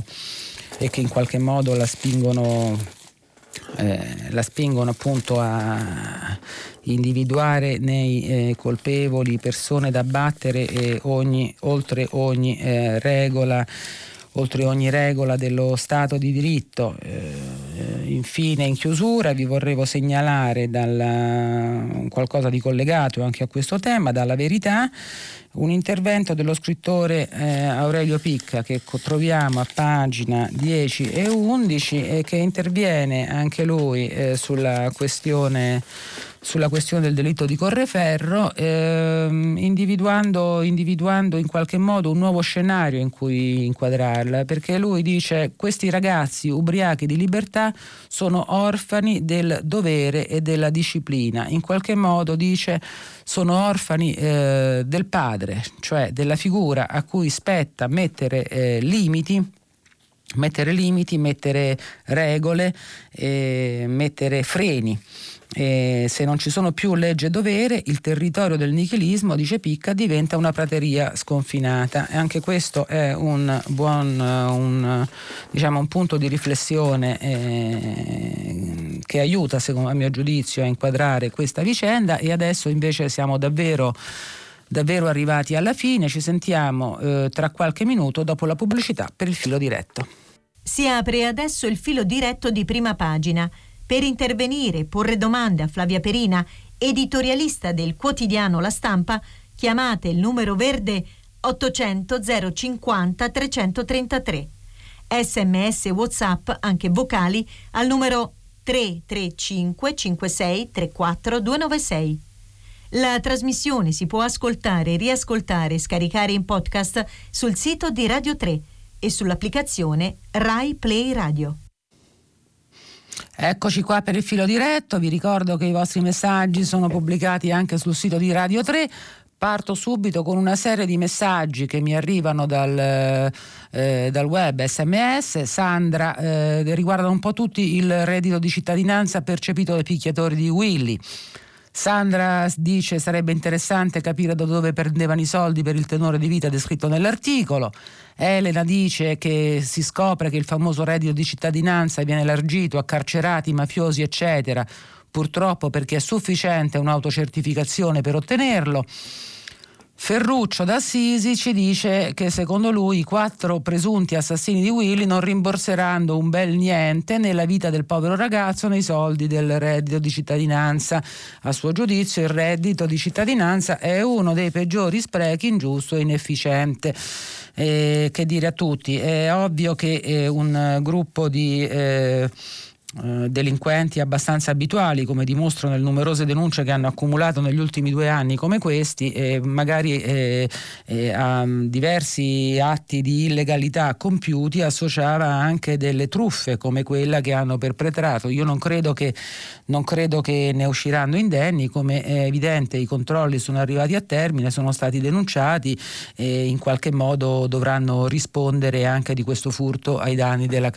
la spingono appunto a individuare nei colpevoli persone da battere oltre ogni regola dello Stato di diritto. Infine, in chiusura, vi vorrevo segnalare qualcosa di collegato anche a questo tema, dalla Verità, un intervento dello scrittore Aurelio Picca che troviamo a pagina 10 e 11 e che interviene anche lui sulla questione del delitto di Colleferro, individuando in qualche modo un nuovo scenario in cui inquadrarla, perché lui dice: questi ragazzi ubriachi di libertà sono orfani del dovere e della disciplina, in qualche modo dice sono orfani del padre, cioè della figura a cui spetta mettere limiti, mettere regole, mettere freni. Se non ci sono più legge e dovere, il territorio del nichilismo, dice Picca, diventa una prateria sconfinata. E anche questo è un punto di riflessione che aiuta, a mio giudizio, a inquadrare questa vicenda. E adesso invece siamo davvero arrivati alla fine. Ci sentiamo tra qualche minuto dopo la pubblicità per il filo diretto. Si apre adesso il filo diretto di Prima Pagina. Per intervenire e porre domande a Flavia Perina, editorialista del quotidiano La Stampa, chiamate il numero verde 800 050 333. SMS WhatsApp, anche vocali, al numero 335 56 34 296. La trasmissione si può ascoltare, riascoltare e scaricare in podcast sul sito di Radio 3 e sull'applicazione Rai Play Radio. Eccoci qua per il filo diretto, vi ricordo che i vostri messaggi sono pubblicati anche sul sito di Radio 3. Parto subito con una serie di messaggi che mi arrivano dal web SMS. Sandra, riguardano un po' tutti il reddito di cittadinanza percepito dai picchiatori di Willy. Sandra dice: sarebbe interessante capire da dove prendevano i soldi per il tenore di vita descritto nell'articolo. Elena dice che si scopre che il famoso reddito di cittadinanza viene elargito a carcerati, mafiosi eccetera, purtroppo perché è sufficiente un'autocertificazione per ottenerlo. Ferruccio d'Assisi ci dice che secondo lui i 4 presunti assassini di Willy non rimborseranno un bel niente nella vita del povero ragazzo nei soldi del reddito di cittadinanza. A suo giudizio il reddito di cittadinanza è uno dei peggiori sprechi, ingiusto e inefficiente. Che dire a tutti? È ovvio che un gruppo di delinquenti abbastanza abituali, come dimostrano le numerose denunce che hanno accumulato negli ultimi 2 anni come questi, magari a diversi atti di illegalità compiuti associava anche delle truffe come quella che hanno perpetrato. Io non credo che ne usciranno indenni, come è evidente i controlli sono arrivati a termine, sono stati denunciati e in qualche modo dovranno rispondere anche di questo furto ai danni delle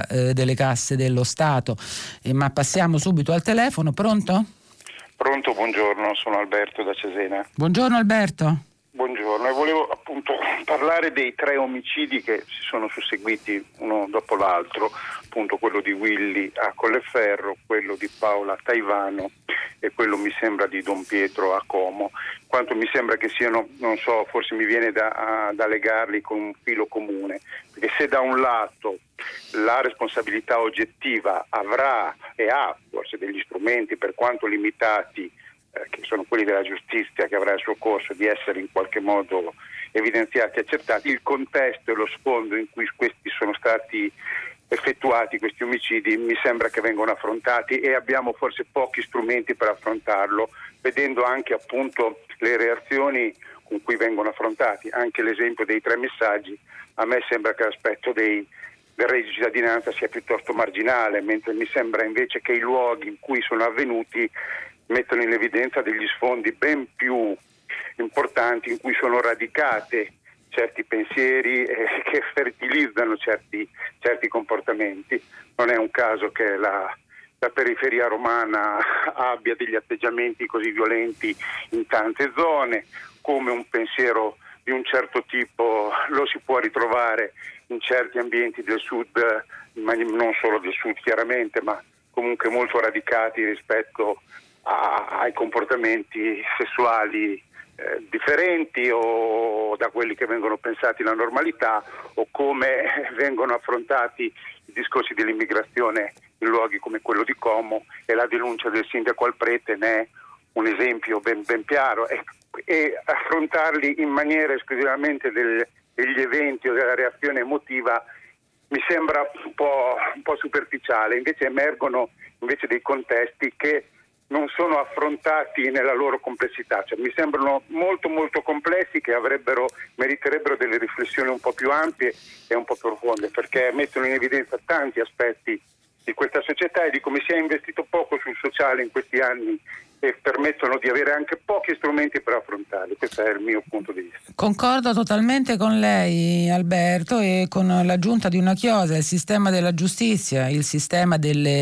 casse dello Stato. Ma passiamo subito al telefono. Pronto? Pronto, buongiorno, sono Alberto da Cesena. Buongiorno Alberto. Buongiorno, e volevo appunto parlare dei 3 omicidi che si sono susseguiti uno dopo l'altro, appunto quello di Willy a Colleferro, quello di Paola a Taivano e quello mi sembra di Don Pietro a Como, quanto mi sembra che siano, non so, forse mi viene da legarli con un filo comune, perché se da un lato la responsabilità oggettiva avrà e ha forse degli strumenti, per quanto limitati, che sono quelli della giustizia, che avrà il suo corso, di essere in qualche modo evidenziati e accertati, il contesto e lo sfondo in cui questi sono stati effettuati, questi omicidi, mi sembra che vengono affrontati e abbiamo forse pochi strumenti per affrontarlo, vedendo anche appunto le reazioni con cui vengono affrontati. Anche l'esempio dei 3 messaggi, a me sembra che l'aspetto del reddito di cittadinanza sia piuttosto marginale, mentre mi sembra invece che i luoghi in cui sono avvenuti mettono in evidenza degli sfondi ben più importanti in cui sono radicate certi pensieri che fertilizzano certi comportamenti. Non è un caso che la periferia romana abbia degli atteggiamenti così violenti in tante zone, come un pensiero di un certo tipo lo si può ritrovare in certi ambienti del sud, ma non solo del sud chiaramente, ma comunque molto radicati rispetto ai comportamenti sessuali differenti o da quelli che vengono pensati la normalità, o come vengono affrontati i discorsi dell'immigrazione in luoghi come quello di Como, e la denuncia del sindaco Alprete ne è un esempio ben chiaro, e affrontarli in maniera esclusivamente degli eventi o della reazione emotiva mi sembra un po' superficiale. Invece emergono dei contesti che non sono affrontati nella loro complessità, cioè mi sembrano molto molto complessi, che meriterebbero delle riflessioni un po' più ampie e un po' profonde, perché mettono in evidenza tanti aspetti di questa società e di come si è investito poco sul sociale in questi anni, e permettono di avere anche pochi strumenti per affrontarli. Questo è il mio punto di vista. Concordo totalmente con lei, Alberto, e con l'aggiunta di una chiosa: il sistema della giustizia, il sistema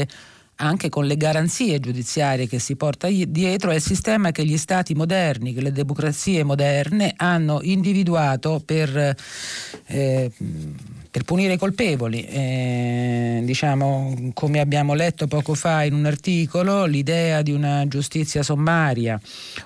anche con le garanzie giudiziarie che si porta dietro, è il sistema che gli stati moderni, che le democrazie moderne hanno individuato per punire i colpevoli. Diciamo, come abbiamo letto poco fa in un articolo, l'idea di una giustizia sommaria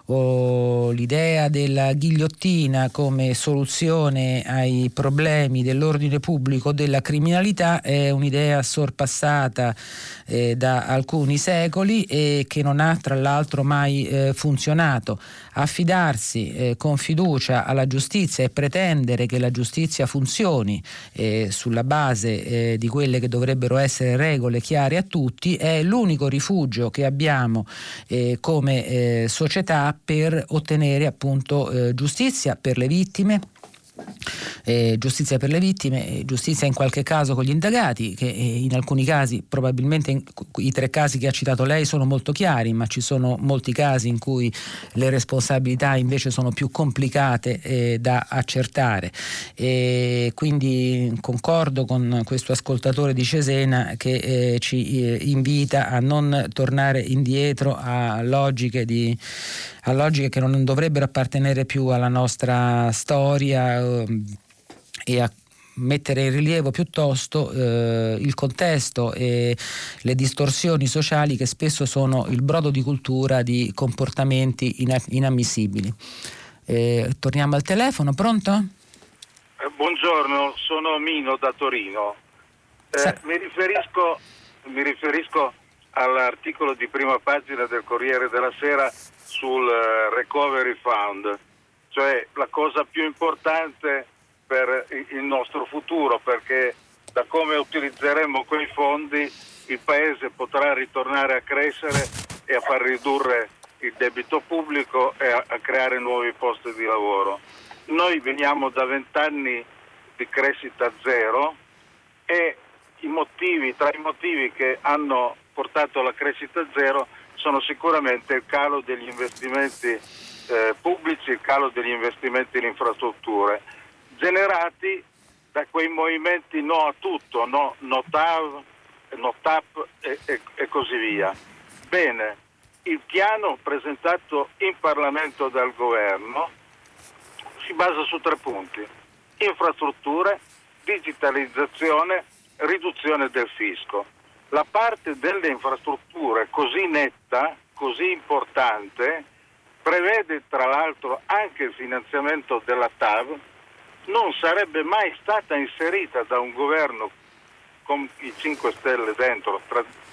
o l'idea della ghigliottina come soluzione ai problemi dell'ordine pubblico, della criminalità, è un'idea sorpassata da alcuni secoli e che non ha tra l'altro mai funzionato. Affidarsi con fiducia alla giustizia e pretendere che la giustizia funzioni sulla base di quelle che dovrebbero essere regole chiare a tutti è l'unico rifugio che abbiamo come società per ottenere appunto giustizia per le vittime. Giustizia per le vittime, giustizia in qualche caso con gli indagati, che in alcuni casi, probabilmente i 3 casi che ha citato lei sono molto chiari, ma ci sono molti casi in cui le responsabilità invece sono più complicate da accertare, e quindi concordo con questo ascoltatore di Cesena che ci invita a non tornare indietro a logiche che non dovrebbero appartenere più alla nostra storia, e a mettere in rilievo piuttosto il contesto e le distorsioni sociali che spesso sono il brodo di cultura di comportamenti inammissibili. Torniamo al telefono, pronto? Buongiorno, sono Mino da Torino. Mi riferisco all'articolo di prima pagina del Corriere della Sera sul Recovery Fund, cioè la cosa più importante per il nostro futuro, perché da come utilizzeremo quei fondi il Paese potrà ritornare a crescere e a far ridurre il debito pubblico e a creare nuovi posti di lavoro. Noi veniamo da 20 anni di crescita zero e tra i motivi che hanno portato alla crescita zero sono sicuramente il calo degli investimenti pubblici, il calo degli investimenti in infrastrutture, generati da quei movimenti no a tutto, no TAV, no TAP e così via. Bene, il piano presentato in Parlamento dal governo si basa su 3 punti: infrastrutture, digitalizzazione, riduzione del fisco. La parte delle infrastrutture così netta, così importante, prevede tra l'altro anche il finanziamento della TAV. Non sarebbe mai stata inserita da un governo con i 5 Stelle dentro,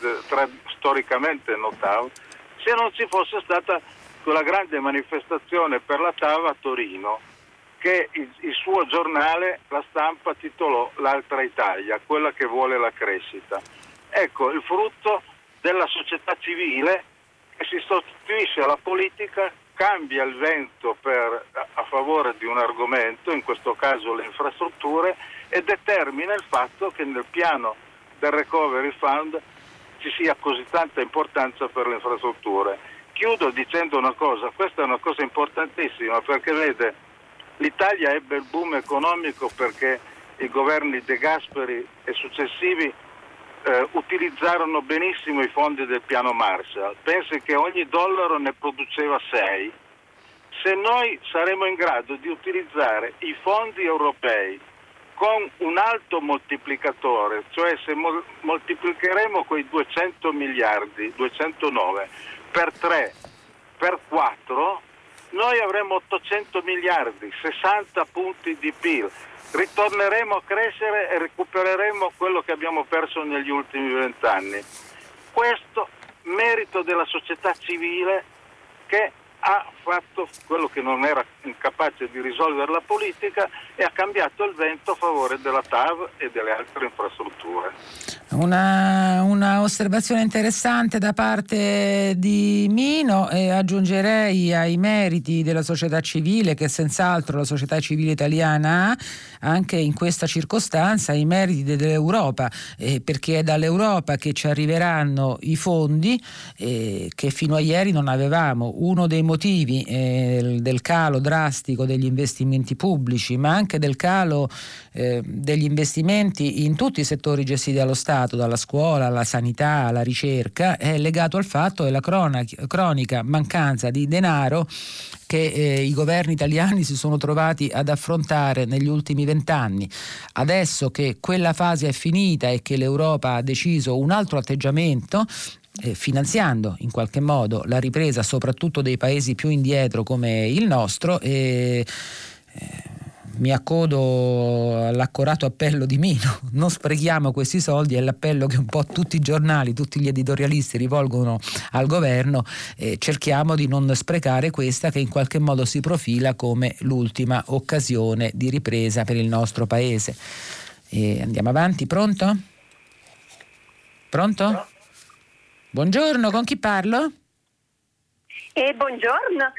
storicamente no TAV, se non ci fosse stata quella grande manifestazione per la TAV a Torino, che il suo giornale, La Stampa, titolò L'altra Italia, quella che vuole la crescita. Ecco, il frutto della società civile che si sostituisce alla politica, cambia il vento a favore di un argomento, in questo caso le infrastrutture, e determina il fatto che nel piano del Recovery Fund ci sia così tanta importanza per le infrastrutture. Chiudo dicendo una cosa, questa è una cosa importantissima, perché vede, l'Italia ebbe il boom economico perché i governi De Gasperi e successivi utilizzarono benissimo i fondi del piano Marshall. Pensi che ogni dollaro ne produceva 6. Se noi saremo in grado di utilizzare i fondi europei con un alto moltiplicatore, cioè se moltiplicheremo quei 200 miliardi, 209, per 3, per 4, noi avremo 800 miliardi, 60 punti di PIL. Ritorneremo a crescere e recupereremo quello che abbiamo perso negli ultimi 20 anni. Questo merito della società civile, che ha fatto quello che non era incapace di risolvere la politica e ha cambiato il vento a favore della TAV e delle altre infrastrutture. Una osservazione interessante da parte di Mino, e aggiungerei ai meriti della società civile, che senz'altro la società civile italiana ha, anche in questa circostanza i meriti dell'Europa, perché è dall'Europa che ci arriveranno i fondi che fino a ieri non avevamo. Uno dei motivi problemi del calo drastico degli investimenti pubblici, ma anche del calo degli investimenti in tutti i settori gestiti dallo Stato, dalla scuola alla sanità alla ricerca, è legato al fatto della cronica mancanza di denaro che i governi italiani si sono trovati ad affrontare negli ultimi 20 anni. Adesso che quella fase è finita e che l'Europa ha deciso un altro atteggiamento, finanziando in qualche modo la ripresa soprattutto dei paesi più indietro come il nostro, mi accodo all'accorato appello di Mino: non sprechiamo questi soldi. È l'appello che un po' tutti i giornali, tutti gli editorialisti rivolgono al governo. Cerchiamo di non sprecare questa che in qualche modo si profila come l'ultima occasione di ripresa per il nostro paese. Andiamo avanti. Pronto? Pronto? Buongiorno, con chi parlo? Buongiorno.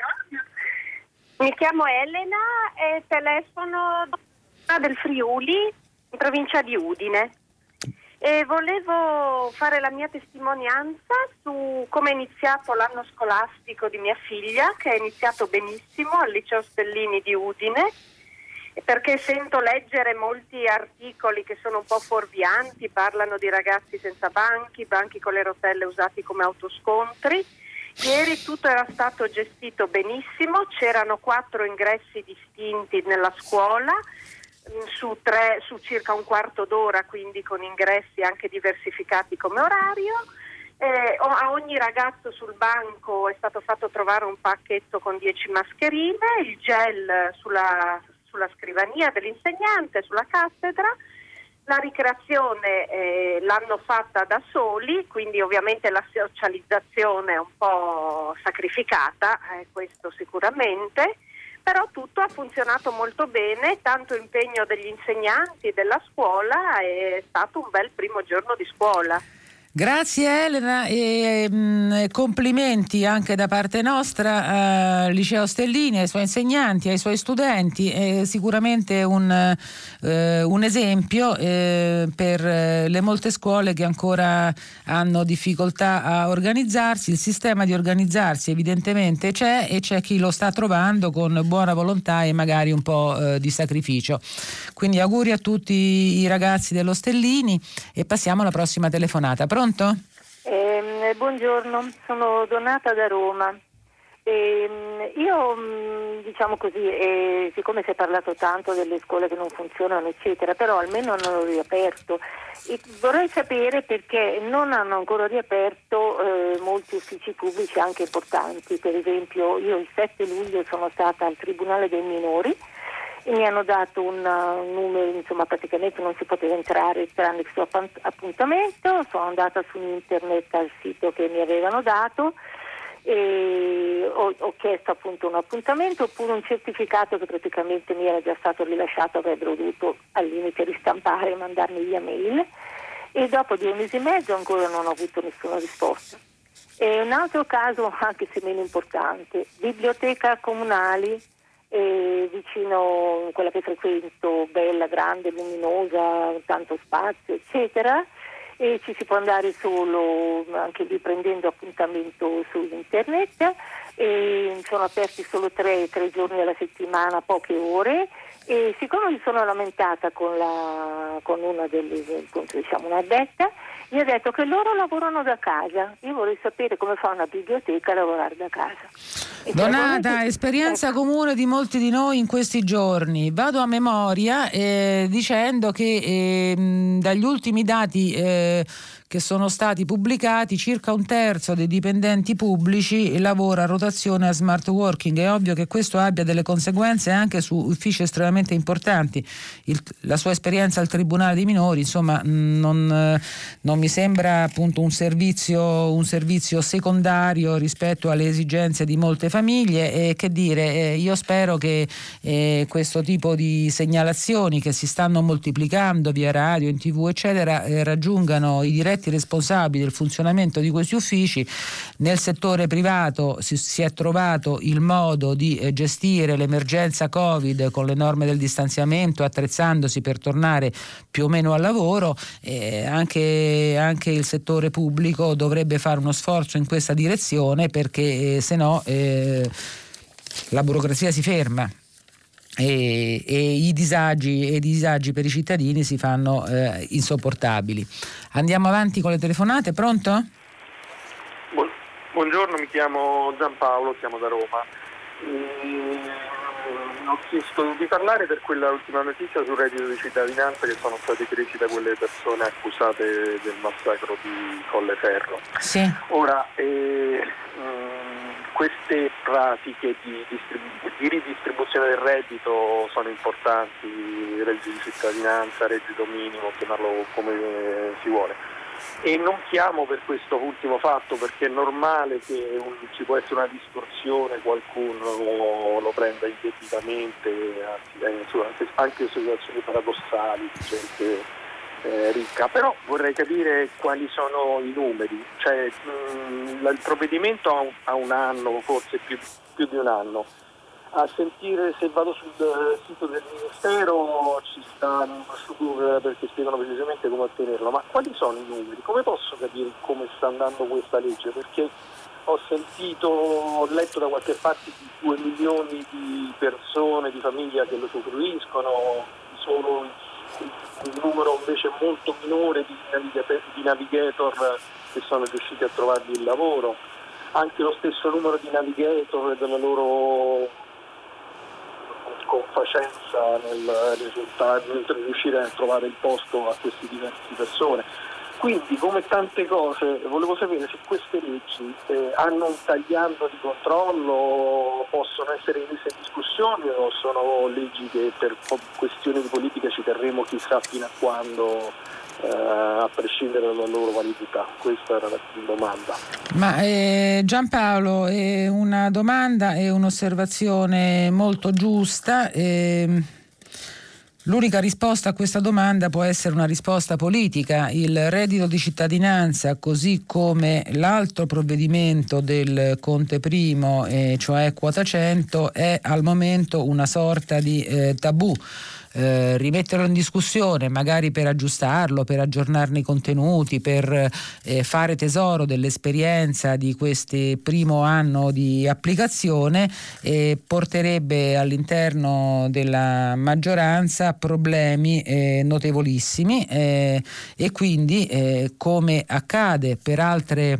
Mi chiamo Elena e telefono del Friuli, in provincia di Udine. E volevo fare la mia testimonianza su come è iniziato l'anno scolastico di mia figlia, che è iniziato benissimo al Liceo Stellini di Udine, perché sento leggere molti articoli che sono un po' fuorvianti, parlano di ragazzi senza banchi con le rotelle usati come autoscontri. Ieri tutto era stato gestito benissimo, c'erano 4 ingressi distinti nella scuola, su circa un quarto d'ora, quindi con ingressi anche diversificati come orario. A ogni ragazzo sul banco è stato fatto trovare un pacchetto con 10 mascherine, il gel sulla scrivania dell'insegnante, sulla cattedra. La ricreazione l'hanno fatta da soli, quindi ovviamente la socializzazione è un po' sacrificata, questo sicuramente, però tutto ha funzionato molto bene, tanto impegno degli insegnanti, della scuola, è stato un bel primo giorno di scuola. Grazie Elena e complimenti anche da parte nostra al Liceo Stellini, ai suoi insegnanti, ai suoi studenti. È sicuramente un esempio per le molte scuole che ancora hanno difficoltà a organizzarsi. Il sistema di organizzarsi evidentemente c'è e c'è chi lo sta trovando con buona volontà e magari un po' di sacrificio. Quindi auguri a tutti i ragazzi dello Stellini e passiamo alla prossima telefonata. Pronto? Buongiorno, sono Donata da Roma. Io diciamo così, siccome si è parlato tanto delle scuole che non funzionano eccetera, però almeno hanno riaperto, e vorrei sapere perché non hanno ancora riaperto molti uffici pubblici anche importanti. Per esempio io il 7 luglio sono stata al Tribunale dei Minori e mi hanno dato un numero, insomma praticamente non si poteva entrare tranne il suo appuntamento. Sono andata su internet al sito che mi avevano dato e ho chiesto appunto un appuntamento oppure un certificato che praticamente mi era già stato rilasciato, avrebbero dovuto al limite ristampare e mandarmi via mail, e dopo 2 mesi e mezzo ancora non ho avuto nessuna risposta. E un altro caso, anche se meno importante, biblioteca comunali vicino a quella che frequento, bella, grande, luminosa, tanto spazio eccetera, e ci si può andare solo anche lì prendendo appuntamento su internet, e sono aperti solo 3 giorni alla settimana, poche ore, e siccome mi sono lamentata con una delle, diciamo un'addetta, mi ha detto che loro lavorano da casa. Io vorrei sapere come fa una biblioteca a lavorare da casa. Donata, esperienza comune di molti di noi in questi giorni. Vado a memoria dicendo che dagli ultimi dati che sono stati pubblicati circa 1/3 dei dipendenti pubblici lavora a rotazione a smart working. È ovvio che questo abbia delle conseguenze anche su uffici estremamente importanti. La sua esperienza al Tribunale dei Minori, insomma, non mi sembra appunto un servizio secondario rispetto alle esigenze di molte famiglie. E che dire, io spero che questo tipo di segnalazioni che si stanno moltiplicando via radio, in TV eccetera, raggiungano i diretti responsabili del funzionamento di questi uffici. Nel settore privato si è trovato il modo di gestire l'emergenza Covid con le norme del distanziamento, attrezzandosi per tornare più o meno al lavoro. Anche il settore pubblico dovrebbe fare uno sforzo in questa direzione, perché se no la burocrazia si ferma e i disagi per i cittadini si fanno insopportabili. Andiamo avanti con le telefonate. Pronto? Buongiorno, mi chiamo Giampaolo, chiamo da Roma. Ho chiesto di parlare per quella ultima notizia sul reddito di cittadinanza, che sono state presi da quelle persone accusate del massacro di Colleferro. Sì. Ora, queste pratiche di ridistribuzione del reddito sono importanti, reddito di cittadinanza, reddito minimo, chiamarlo come si vuole. E non chiamo per questo ultimo fatto, perché è normale che ci può essere una distorsione, qualcuno lo prenda indebitamente, anche in situazioni paradossali, gente ricca. Però vorrei capire quali sono i numeri, cioè il provvedimento ha un anno, forse più di un anno. A sentire, se vado sul sito del Ministero ci sta un brochure perché spiegano precisamente come ottenerlo, ma quali sono i numeri? Come posso capire come sta andando questa legge? Perché ho letto da qualche parte di 2 milioni di persone, di famiglie che lo usufruiscono, solo un numero invece molto minore di navigator che sono riusciti a trovargli il lavoro, anche lo stesso numero di navigator e della loro confacenza nel riuscire a trovare il posto a queste diverse persone. Quindi, come tante cose, volevo sapere se queste leggi hanno un tagliando di controllo, possono essere messe in discussione o sono leggi che per questioni di politica ci terremo chissà fino a quando, a prescindere dalla loro validità. Questa era la domanda. Ma Giampaolo, è una domanda e un'osservazione molto giusta. L'unica risposta a questa domanda può essere una risposta politica. Il reddito di cittadinanza, così come l'altro provvedimento del Conte I, cioè quota 100, è al momento una sorta di tabù. Rimetterlo in discussione, magari per aggiustarlo, per aggiornarne i contenuti, per fare tesoro dell'esperienza di questo primo anno di applicazione, porterebbe all'interno della maggioranza problemi notevolissimi e quindi come accade per altre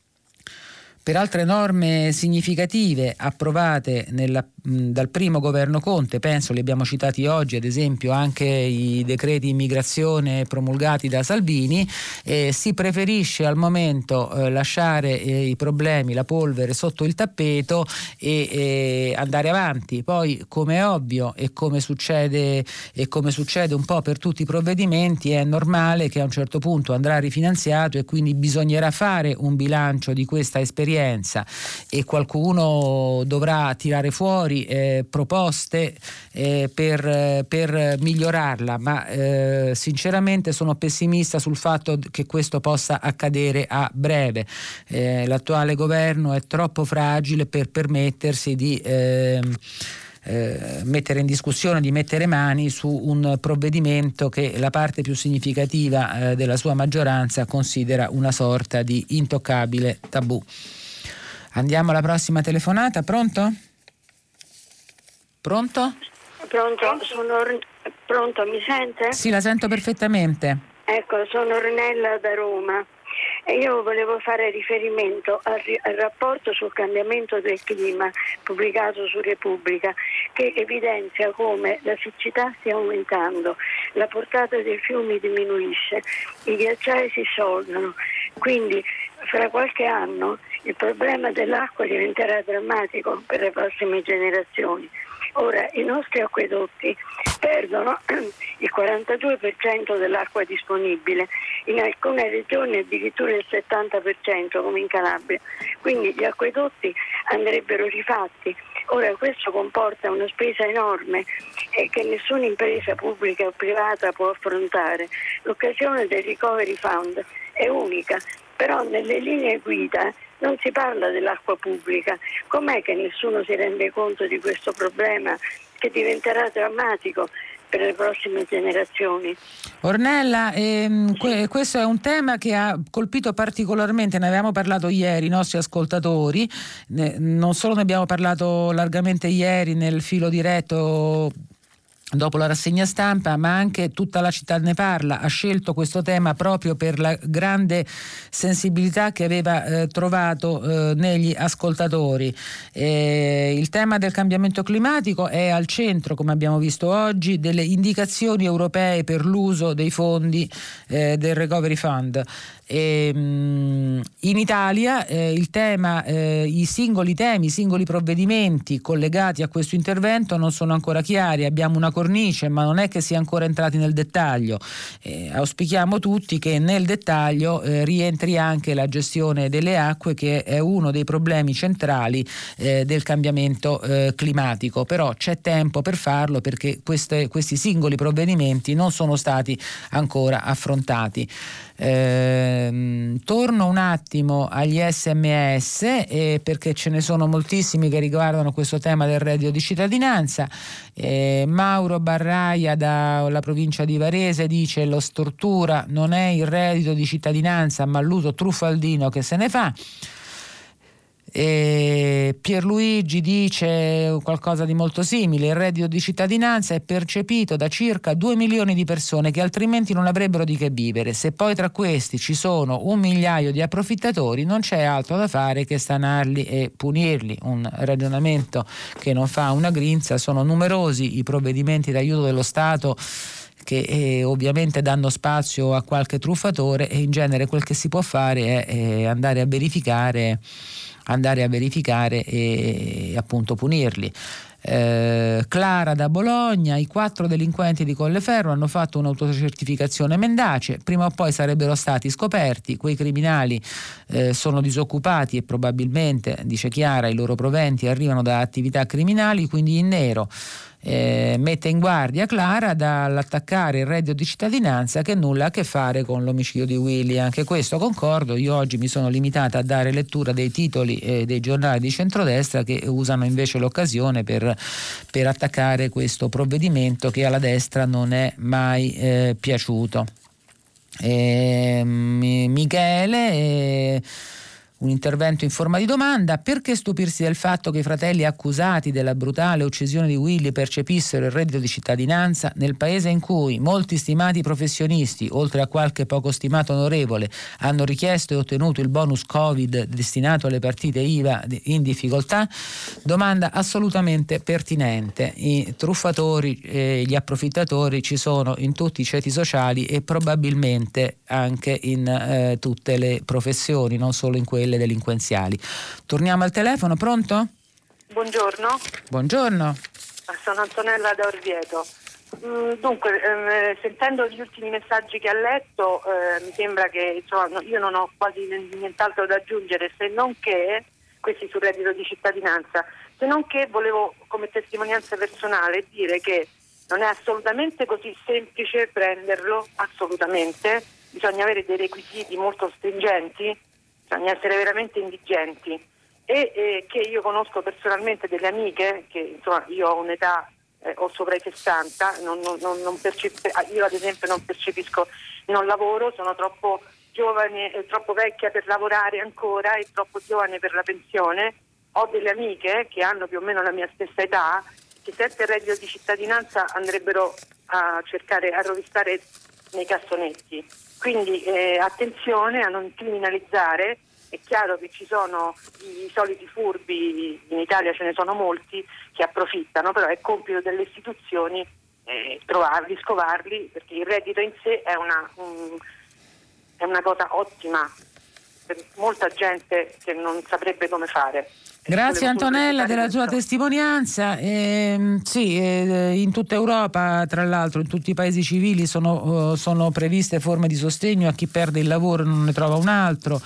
norme significative approvate dal primo governo Conte, penso li abbiamo citati oggi, ad esempio anche i decreti immigrazione promulgati da Salvini, si preferisce al momento lasciare i problemi, la polvere sotto il tappeto e andare avanti. Poi, come è ovvio e come succede un po' per tutti i provvedimenti, è normale che a un certo punto andrà rifinanziato e quindi bisognerà fare un bilancio di questa esperienza e qualcuno dovrà tirare fuori proposte per migliorarla, ma sinceramente sono pessimista sul fatto che questo possa accadere a breve. L'attuale governo è troppo fragile per permettersi di mettere in discussione, di mettere mani su un provvedimento che la parte più significativa della sua maggioranza considera una sorta di intoccabile tabù. Andiamo alla prossima telefonata. Pronto? Pronto? Pronto, mi sente? Sì, la sento perfettamente. Ecco, sono Ornella da Roma e io volevo fare riferimento al rapporto sul cambiamento del clima pubblicato su Repubblica, che evidenzia come la siccità stia aumentando, la portata dei fiumi diminuisce, i ghiacciai si sciolgono, quindi fra qualche anno il problema dell'acqua diventerà drammatico per le prossime generazioni. Ora, i nostri acquedotti perdono il 42% dell'acqua disponibile, in alcune regioni addirittura il 70%, come in Calabria. Quindi gli acquedotti andrebbero rifatti. Ora, questo comporta una spesa enorme che nessuna impresa pubblica o privata può affrontare. L'occasione del Recovery Fund è unica, però nelle linee guida non si parla dell'acqua pubblica. Com'è che nessuno si rende conto di questo problema che diventerà drammatico per le prossime generazioni. Ornella, questo è un tema che ha colpito particolarmente, ne avevamo parlato ieri, i nostri ascoltatori, non solo ne abbiamo parlato largamente ieri nel filo diretto dopo la rassegna stampa, ma anche tutta la città ne parla. Ha scelto questo tema proprio per la grande sensibilità che aveva trovato negli ascoltatori. Il tema del cambiamento climatico è al centro, come abbiamo visto oggi, delle indicazioni europee per l'uso dei fondi del Recovery Fund. In Italia il tema, i singoli temi, i singoli provvedimenti collegati a questo intervento non sono ancora chiari. Abbiamo una cornice, ma non è che sia ancora entrati nel dettaglio. Auspichiamo tutti che nel dettaglio rientri anche la gestione delle acque, che è uno dei problemi centrali del cambiamento climatico. Però c'è tempo per farlo, perché questi singoli provvedimenti non sono stati ancora affrontati. Torno un attimo agli SMS, perché ce ne sono moltissimi che riguardano questo tema del reddito di cittadinanza. Mauro Barraia dalla provincia di Varese dice: lo stortura non è il reddito di cittadinanza ma l'uso truffaldino che se ne fa. Pierluigi dice qualcosa di molto simile: il reddito di cittadinanza è percepito da circa 2 milioni di persone che altrimenti non avrebbero di che vivere. Se poi tra questi ci sono 1 migliaio di approfittatori, non c'è altro da fare che stanarli e punirli. Un ragionamento che non fa una grinza. Sono numerosi i provvedimenti d'aiuto dello Stato che ovviamente danno spazio a qualche truffatore, e in genere quel che si può fare è andare a verificare e appunto punirli. Clara da Bologna: i 4 delinquenti di Colleferro hanno fatto un'autocertificazione mendace, prima o poi sarebbero stati scoperti. Quei criminali sono disoccupati e probabilmente, dice Chiara, i loro proventi arrivano da attività criminali, quindi in nero. Mette in guardia Clara dall'attaccare il reddito di cittadinanza, che nulla ha a che fare con l'omicidio di Willy. Anche questo concordo. Io oggi mi sono limitata a dare lettura dei titoli dei giornali di centrodestra, che usano invece l'occasione per attaccare questo provvedimento che alla destra non è mai piaciuto. Michele, un intervento in forma di domanda: perché stupirsi del fatto che i fratelli accusati della brutale uccisione di Willy percepissero il reddito di cittadinanza nel paese in cui molti stimati professionisti, oltre a qualche poco stimato onorevole, hanno richiesto e ottenuto il bonus Covid destinato alle partite IVA in difficoltà? Domanda assolutamente pertinente. I truffatori e gli approfittatori ci sono in tutti i ceti sociali e probabilmente anche in tutte le professioni, non solo in quelle delinquenziali. Torniamo al telefono. Pronto? Buongiorno. Buongiorno. Sono Antonella da Orvieto. Dunque, sentendo gli ultimi messaggi che ha letto, mi sembra che io non ho quasi nient'altro da aggiungere, se non che questi sul reddito di cittadinanza, se non che volevo, come testimonianza personale, dire che non è assolutamente così semplice prenderlo, assolutamente. Bisogna avere dei requisiti molto stringenti, bisogna essere veramente indigenti, e che io conosco personalmente delle amiche che, insomma, io ho un'età, ho sopra i 60, io ad esempio non percepisco, non lavoro, sono troppo giovane, troppo vecchia per lavorare ancora e troppo giovane per la pensione. Ho delle amiche che hanno più o meno la mia stessa età, che senza il reddito di cittadinanza andrebbero a cercare a rovistare nei cassonetti. Quindi attenzione a non criminalizzare. È chiaro che ci sono i soliti furbi, in Italia ce ne sono molti, che approfittano, però è compito delle istituzioni trovarli, scovarli, perché il reddito in sé è una cosa ottima per molta gente che non saprebbe come fare. Grazie Antonella della tua testimonianza. In tutta Europa, tra l'altro in tutti i paesi civili sono previste forme di sostegno a chi perde il lavoro e non ne trova un altro,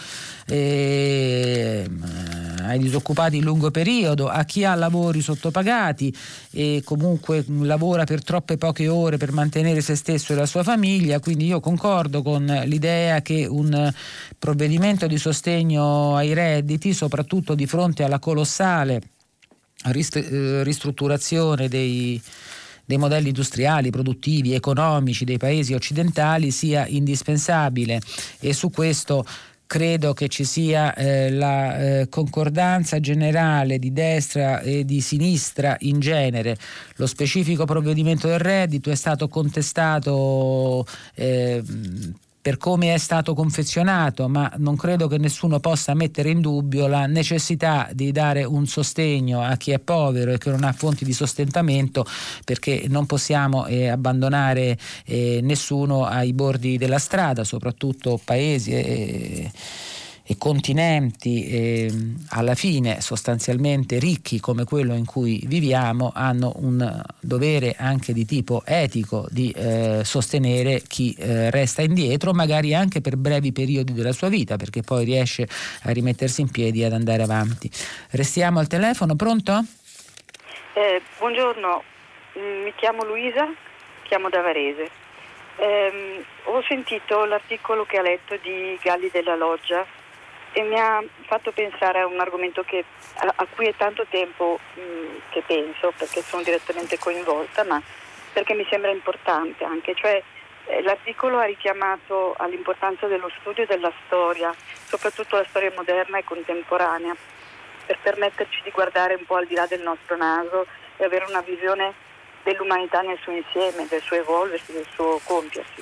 ai disoccupati in lungo periodo, a chi ha lavori sottopagati e comunque lavora per troppe poche ore per mantenere se stesso e la sua famiglia. Quindi io concordo con l'idea che un provvedimento di sostegno ai redditi, soprattutto di fronte alla colossale ristrutturazione dei dei modelli industriali, produttivi, economici dei paesi occidentali sia indispensabile, e su questo credo che ci sia la concordanza generale di destra e di sinistra in genere. Lo specifico provvedimento del reddito è stato contestato per come è stato confezionato, ma non credo che nessuno possa mettere in dubbio la necessità di dare un sostegno a chi è povero e che non ha fonti di sostentamento, perché non possiamo abbandonare nessuno ai bordi della strada, soprattutto paesi e continenti alla fine sostanzialmente ricchi come quello in cui viviamo hanno un dovere anche di tipo etico di sostenere chi resta indietro, magari anche per brevi periodi della sua vita, perché poi riesce a rimettersi in piedi e ad andare avanti. Restiamo al telefono. Pronto? Buongiorno, mi chiamo Luisa, chiamo da Varese. Ho sentito l'articolo che ha letto di Galli della Loggia e mi ha fatto pensare a un argomento a cui è tanto tempo che penso, perché sono direttamente coinvolta, ma perché mi sembra importante anche. Cioè, l'articolo ha richiamato all'importanza dello studio della storia, soprattutto la storia moderna e contemporanea, per permetterci di guardare un po' al di là del nostro naso e avere una visione dell'umanità nel suo insieme, del suo evolversi, del suo compiersi.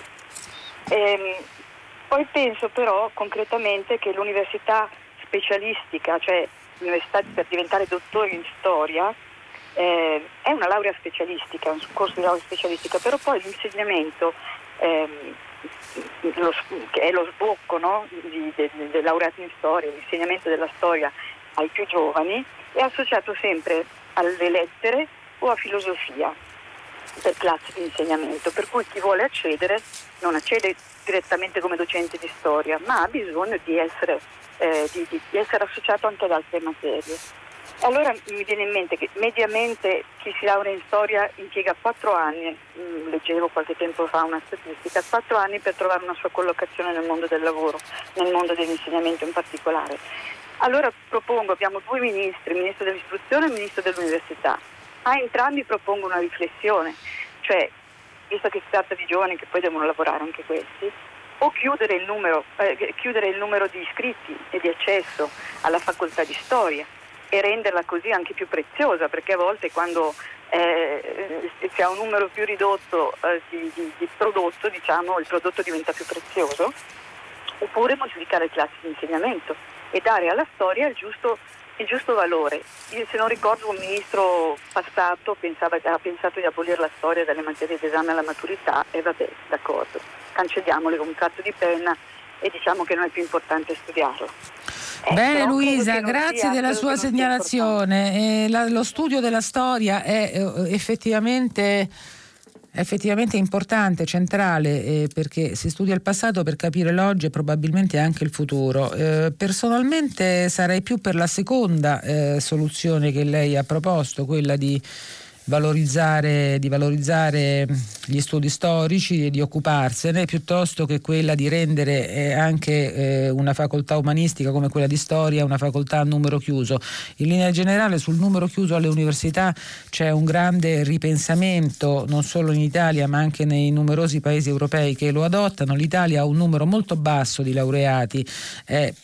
Poi penso però concretamente che l'università specialistica, cioè l'università per diventare dottori in storia, è una laurea specialistica, un corso di laurea specialistica, però poi l'insegnamento che è lo sbocco, no, dei laureati in storia, l'insegnamento della storia ai più giovani, è associato sempre alle lettere o a filosofia per classe di insegnamento, per cui chi vuole accedere non accede direttamente come docente di storia, ma ha bisogno di essere associato anche ad altre materie. Allora mi viene in mente che mediamente chi si laurea in storia impiega 4 anni, leggevo qualche tempo fa una statistica, 4 anni per trovare una sua collocazione nel mondo del lavoro, nel mondo dell'insegnamento in particolare. Allora propongo, abbiamo 2 ministri, il ministro dell'istruzione e il ministro dell'università. A entrambi propongo una riflessione, cioè, visto che si tratta di giovani che poi devono lavorare anche questi, o chiudere il numero di iscritti e di accesso alla facoltà di storia e renderla così anche più preziosa, perché a volte quando si ha un numero più ridotto di prodotto, diciamo, il prodotto diventa più prezioso, oppure modificare le classi di insegnamento e dare alla storia il giusto valore. Io, se non ricordo, un ministro passato ha pensato di abolire la storia dalle materie d'esame alla maturità, e vabbè, d'accordo, cancelliamole con un tratto di penna e diciamo che non è più importante studiarla. Bene Luisa, grazie della sua segnalazione. Lo studio della storia è effettivamente importante, centrale, perché si studia il passato per capire l'oggi e probabilmente anche il futuro. Personalmente sarei più per la seconda soluzione che lei ha proposto, quella di valorizzare gli studi storici e di occuparsene, piuttosto che quella di rendere anche una facoltà umanistica come quella di storia una facoltà a numero chiuso. In linea generale sul numero chiuso alle università c'è un grande ripensamento, non solo in Italia ma anche nei numerosi paesi europei che lo adottano. L'Italia ha un numero molto basso di laureati, è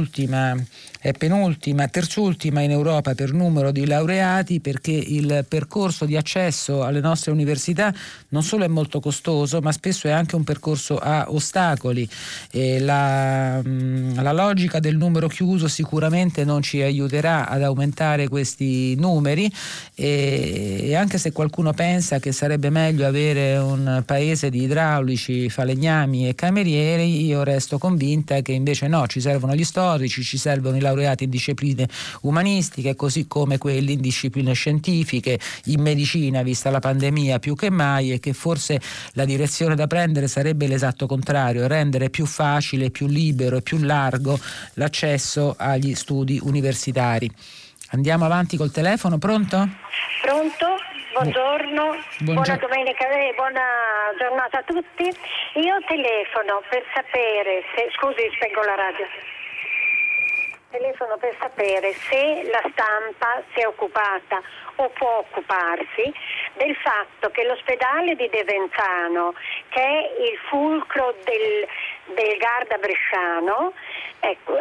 terzultima in Europa per numero di laureati, perché il percorso di accesso alle nostre università non solo è molto costoso, ma spesso è anche un percorso a ostacoli. La logica del numero chiuso sicuramente non ci aiuterà ad aumentare questi numeri, e anche se qualcuno pensa che sarebbe meglio avere un paese di idraulici, falegnami e camerieri, io resto convinta che invece no, ci servono gli storici, ci servono i laureati in discipline umanistiche, così come quelli in discipline scientifiche, in medicina, vista la pandemia più che mai, e che forse la direzione da prendere sarebbe l'esatto contrario, rendere più facile, più libero e più largo l'accesso agli studi universitari. Andiamo avanti col telefono. Pronto? Pronto? Buongiorno. Buona domenica e buona giornata a tutti. Io telefono per sapere se... Scusi, spengo la radio. telefono per sapere se la stampa si è occupata o può occuparsi del fatto che l'ospedale di Devenzano, che è il fulcro del Garda bresciano, ecco,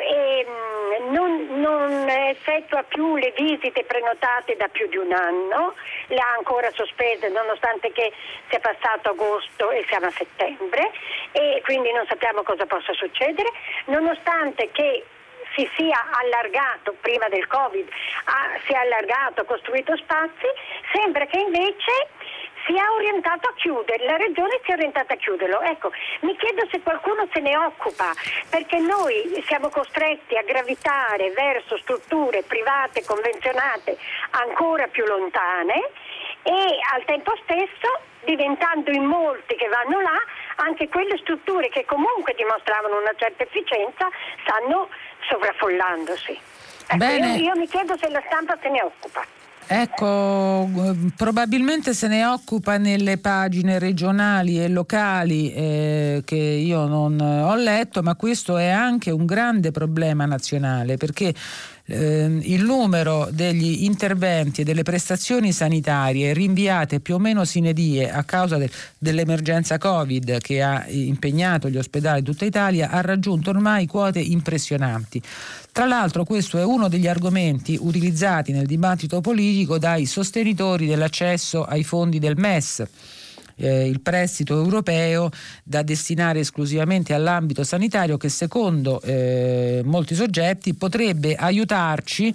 non effettua più le visite prenotate da più di un anno, le ha ancora sospese nonostante che sia passato agosto e siamo a settembre, e quindi non sappiamo cosa possa succedere, nonostante che si sia allargato prima del Covid, si è allargato, ha costruito spazi, sembra che invece si è orientato a chiudere, la regione si è orientata a chiuderlo. Ecco, mi chiedo se qualcuno se ne occupa, perché noi siamo costretti a gravitare verso strutture private convenzionate ancora più lontane e al tempo stesso, diventando in molti che vanno là, anche quelle strutture che comunque dimostravano una certa efficienza stanno sovraffollandosi. Ecco, io mi chiedo se la stampa se ne occupa. Ecco, probabilmente se ne occupa nelle pagine regionali e locali che io non ho letto, ma questo è anche un grande problema nazionale, perché il numero degli interventi e delle prestazioni sanitarie rinviate più o meno sine die a causa dell'emergenza Covid che ha impegnato gli ospedali di tutta Italia ha raggiunto ormai quote impressionanti. Tra l'altro questo è uno degli argomenti utilizzati nel dibattito politico dai sostenitori dell'accesso ai fondi del MES. Il prestito europeo da destinare esclusivamente all'ambito sanitario, che secondo molti soggetti potrebbe aiutarci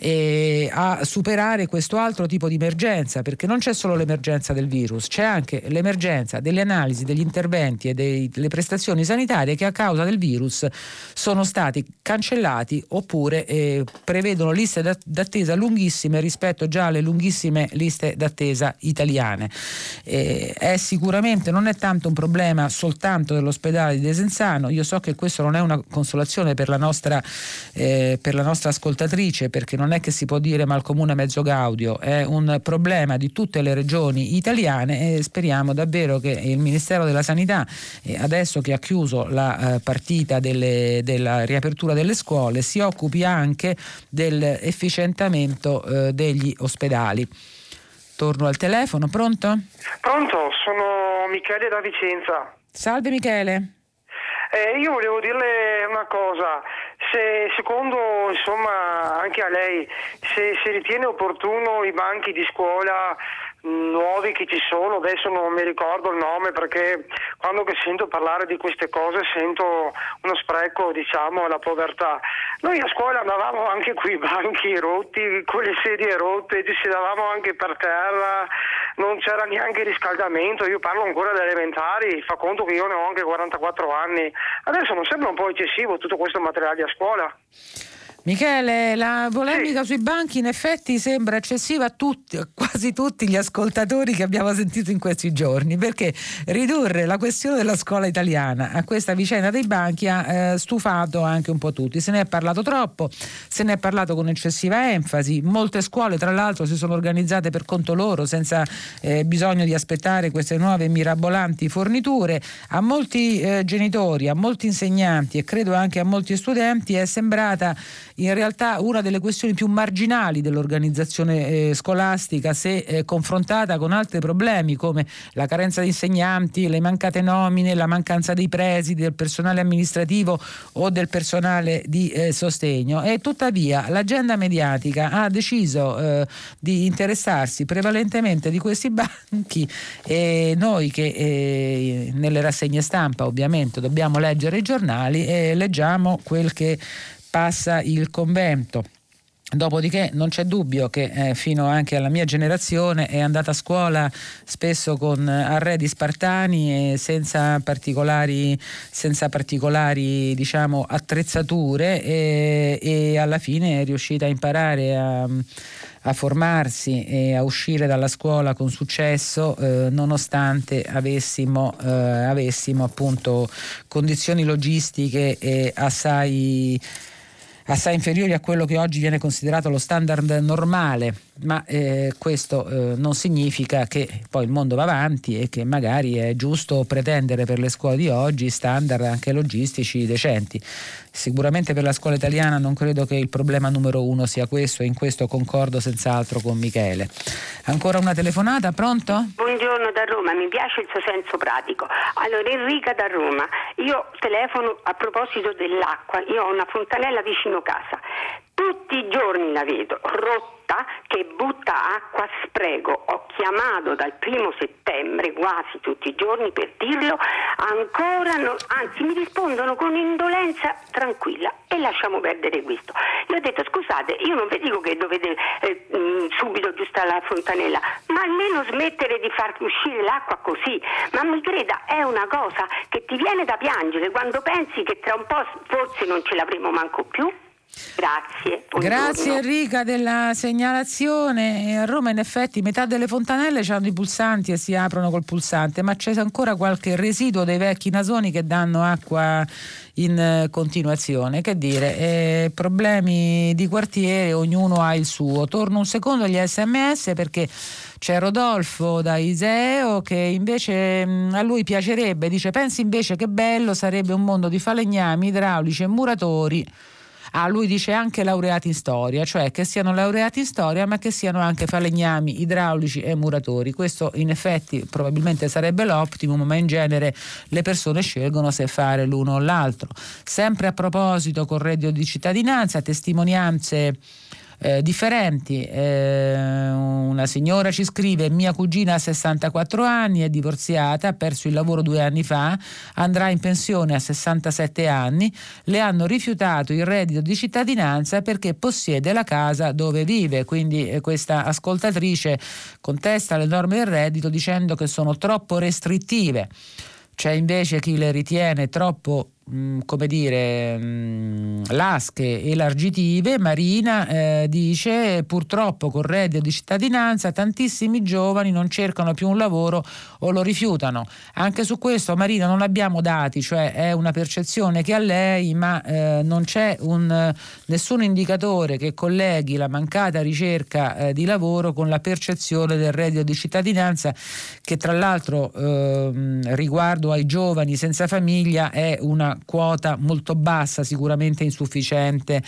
a superare questo altro tipo di emergenza, perché non c'è solo l'emergenza del virus, c'è anche l'emergenza delle analisi, degli interventi e delle prestazioni sanitarie che a causa del virus sono stati cancellati oppure prevedono liste d'attesa lunghissime rispetto già alle lunghissime liste d'attesa italiane. Sicuramente non è tanto un problema soltanto dell'ospedale di Desenzano. Io so che questo non è una consolazione per la nostra ascoltatrice, perché non è che si può dire mal comune mezzo gaudio, è un problema di tutte le regioni italiane e speriamo davvero che il Ministero della Sanità, adesso che ha chiuso la partita della riapertura delle scuole, si occupi anche dell'efficientamento degli ospedali. Torno al telefono, pronto? Pronto, sono Michele da Vicenza. Salve Michele. Io volevo dirle una cosa, se secondo anche a lei, se ritiene opportuno i banchi di scuola nuovi che ci sono, adesso non mi ricordo il nome perché quando che sento parlare di queste cose sento uno spreco alla povertà. Noi a scuola andavamo anche qui banchi rotti, con le sedie rotte, ci sedavamo anche per terra, non c'era neanche riscaldamento. Io parlo ancora delle elementari, fa conto che io ne ho anche 44 anni. Adesso non sembra un po' eccessivo tutto questo materiale a scuola? Michele, la polemica sui banchi in effetti sembra eccessiva a quasi tutti gli ascoltatori che abbiamo sentito in questi giorni, perché ridurre la questione della scuola italiana a questa vicenda dei banchi ha stufato anche un po' tutti. Se ne è parlato troppo, se ne è parlato con eccessiva enfasi. Molte scuole tra l'altro si sono organizzate per conto loro senza bisogno di aspettare queste nuove mirabolanti forniture. A molti genitori, a molti insegnanti e credo anche a molti studenti è sembrata in realtà una delle questioni più marginali dell'organizzazione scolastica, se confrontata con altri problemi come la carenza di insegnanti, le mancate nomine, la mancanza dei presidi, del personale amministrativo o del personale di sostegno. E tuttavia l'agenda mediatica ha deciso di interessarsi prevalentemente di questi banchi, e noi che nelle rassegne stampa ovviamente dobbiamo leggere i giornali e leggiamo quel che passa il convento. Dopodiché non c'è dubbio che fino anche alla mia generazione è andata a scuola spesso con arredi spartani e senza particolari attrezzature e alla fine è riuscita a imparare a formarsi e a uscire dalla scuola con successo, nonostante avessimo appunto condizioni logistiche assai inferiori a quello che oggi viene considerato lo standard normale, ma questo non significa che poi il mondo va avanti e che magari è giusto pretendere per le scuole di oggi standard anche logistici decenti. Sicuramente per la scuola italiana non credo che il problema numero uno sia questo, e in questo concordo senz'altro con Michele. Ancora una telefonata, pronto? Buongiorno da Roma, mi piace il suo senso pratico. Allora, Enrica da Roma, io telefono a proposito dell'acqua, io ho una fontanella vicino casa, tutti i giorni la vedo rotta che butta acqua a spreco. Ho chiamato dal 1 settembre quasi tutti i giorni per dirlo, ancora no, anzi mi rispondono con indolenza tranquilla, e lasciamo perdere questo. Io ho detto scusate, io non vi dico che dovete subito aggiustare la fontanella, ma almeno smettere di far uscire l'acqua così. Ma mi creda, è una cosa che ti viene da piangere quando pensi che tra un po' forse non ce l'avremo manco più. Grazie. Grazie Enrica della segnalazione. A Roma in effetti metà delle fontanelle hanno i pulsanti e si aprono col pulsante, ma c'è ancora qualche residuo dei vecchi nasoni che danno acqua in continuazione. Che dire, problemi di quartiere, ognuno ha il suo. Torno un secondo agli SMS perché c'è Rodolfo da Iseo che invece a lui piacerebbe, dice: pensi invece che bello sarebbe un mondo di falegnami, idraulici e muratori. Lui dice anche laureati in storia, cioè che siano laureati in storia ma che siano anche falegnami, idraulici e muratori. Questo in effetti probabilmente sarebbe l'optimum, ma in genere le persone scelgono se fare l'uno o l'altro. Sempre a proposito, con reddito di cittadinanza, testimonianze differenti. Una signora ci scrive: mia cugina ha 64 anni, è divorziata, ha perso il lavoro 2 anni fa, andrà in pensione a 67 anni, le hanno rifiutato il reddito di cittadinanza perché possiede la casa dove vive. Quindi questa ascoltatrice contesta le norme del reddito dicendo che sono troppo restrittive. C'è invece chi le ritiene troppo lasche, elargitive. Marina dice: purtroppo col reddito di cittadinanza tantissimi giovani non cercano più un lavoro o lo rifiutano. Anche su questo, Marina, non abbiamo dati, cioè è una percezione che ha lei, ma non c'è nessun indicatore che colleghi la mancata ricerca di lavoro con la percezione del reddito di cittadinanza, che tra l'altro riguardo ai giovani senza famiglia è una quota molto bassa, sicuramente insufficiente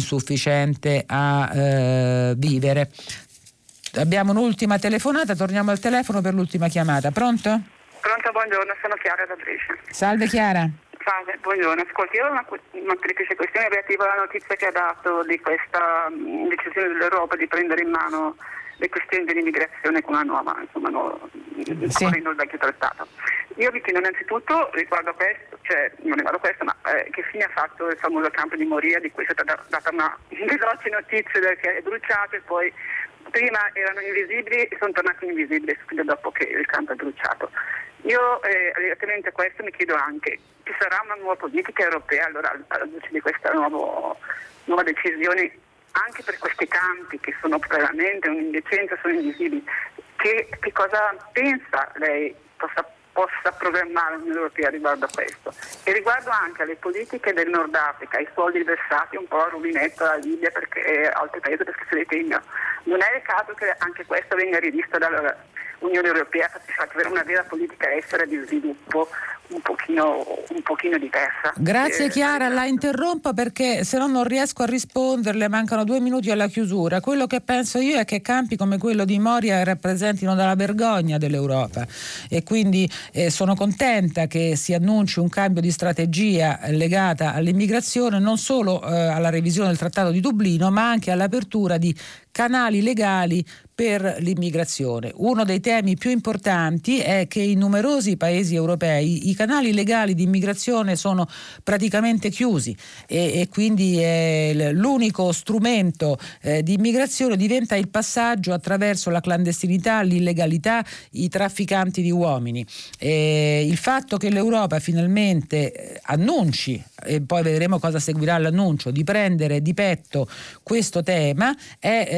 a vivere. Abbiamo un'ultima telefonata, torniamo al telefono per l'ultima chiamata. Pronto? Pronto, buongiorno, sono Chiara da Brescia. Salve Chiara. Salve, buongiorno. Ascolti, io ho una semplice questione relativa alla notizia che ha dato di questa decisione dell'Europa di prendere in mano le questioni dell'immigrazione con una nuova, favorendo il vecchio trattato. Io vi chiedo innanzitutto riguardo a questo, ma che fine ha fatto il famoso campo di Moria, di cui è stata data una veloce notizia che è bruciato, e poi prima erano invisibili e sono tornati invisibili subito dopo che il campo è bruciato. Io relativamente a questo mi chiedo anche: ci sarà una nuova politica europea allora alla luce di questa nuova decisione anche per questi campi che sono veramente un'indecenza, sono invisibili? Che cosa pensa lei possa programmare l'Unione Europea riguardo a questo? E riguardo anche alle politiche del Nord Africa, i soldi versati un po' a rubinetto alla Libia e altri paesi perché se li tengono, non è il caso che anche questo venga rivisto dall'Unione Europea per avere una vera politica estera di sviluppo un pochino diversa? Grazie Chiara, la interrompo perché se no non riesco a risponderle, mancano 2 minuti alla chiusura. Quello che penso io è che campi come quello di Moria rappresentino dalla vergogna dell'Europa, e quindi sono contenta che si annunci un cambio di strategia legata all'immigrazione, non solo alla revisione del Trattato di Dublino, ma anche all'apertura di canali legali per l'immigrazione. Uno dei temi più importanti è che in numerosi paesi europei i canali legali di immigrazione sono praticamente chiusi e quindi l'unico strumento di immigrazione diventa il passaggio attraverso la clandestinità, l'illegalità, i trafficanti di uomini. Il fatto che l'Europa finalmente annunci, e poi vedremo cosa seguirà l'annuncio, di prendere di petto questo tema è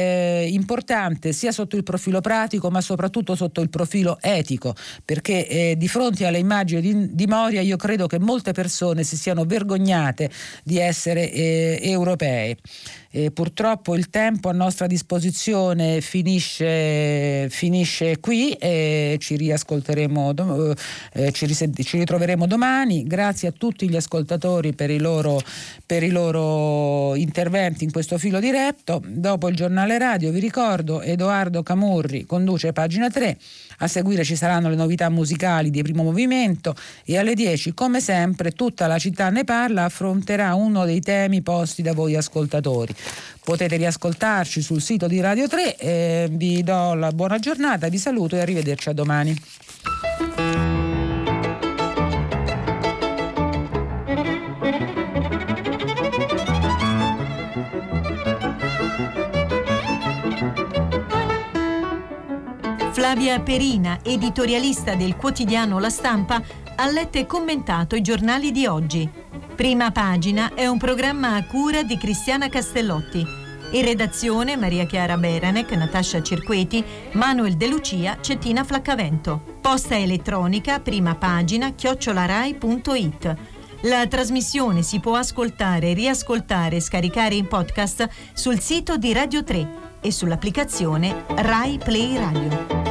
importante sia sotto il profilo pratico ma soprattutto sotto il profilo etico, perché di fronte alle immagini di Moria io credo che molte persone si siano vergognate di essere europee. Purtroppo il tempo a nostra disposizione finisce qui e ci riascolteremo, ci ritroveremo domani. Grazie a tutti gli ascoltatori per i loro interventi in questo filo diretto. Dopo il giornale radio, vi ricordo, Edoardo Camurri conduce Pagina 3, a seguire ci saranno le novità musicali di Primo Movimento e alle 10 come sempre Tutta la città ne parla affronterà uno dei temi posti da voi ascoltatori. Potete riascoltarci sul sito di Radio 3, vi do la buona giornata, vi saluto e arrivederci a domani. Flavia Perina, editorialista del quotidiano La Stampa, ha letto e commentato i giornali di oggi. Prima Pagina è un programma a cura di Cristiana Castellotti. In redazione Maria Chiara Beranec, Natascia Cirqueti, Manuel De Lucia, Cettina Flaccavento. Posta elettronica primapagina@rai.it. La trasmissione si può ascoltare, riascoltare e scaricare in podcast sul sito di Radio 3 e sull'applicazione Rai Play Radio.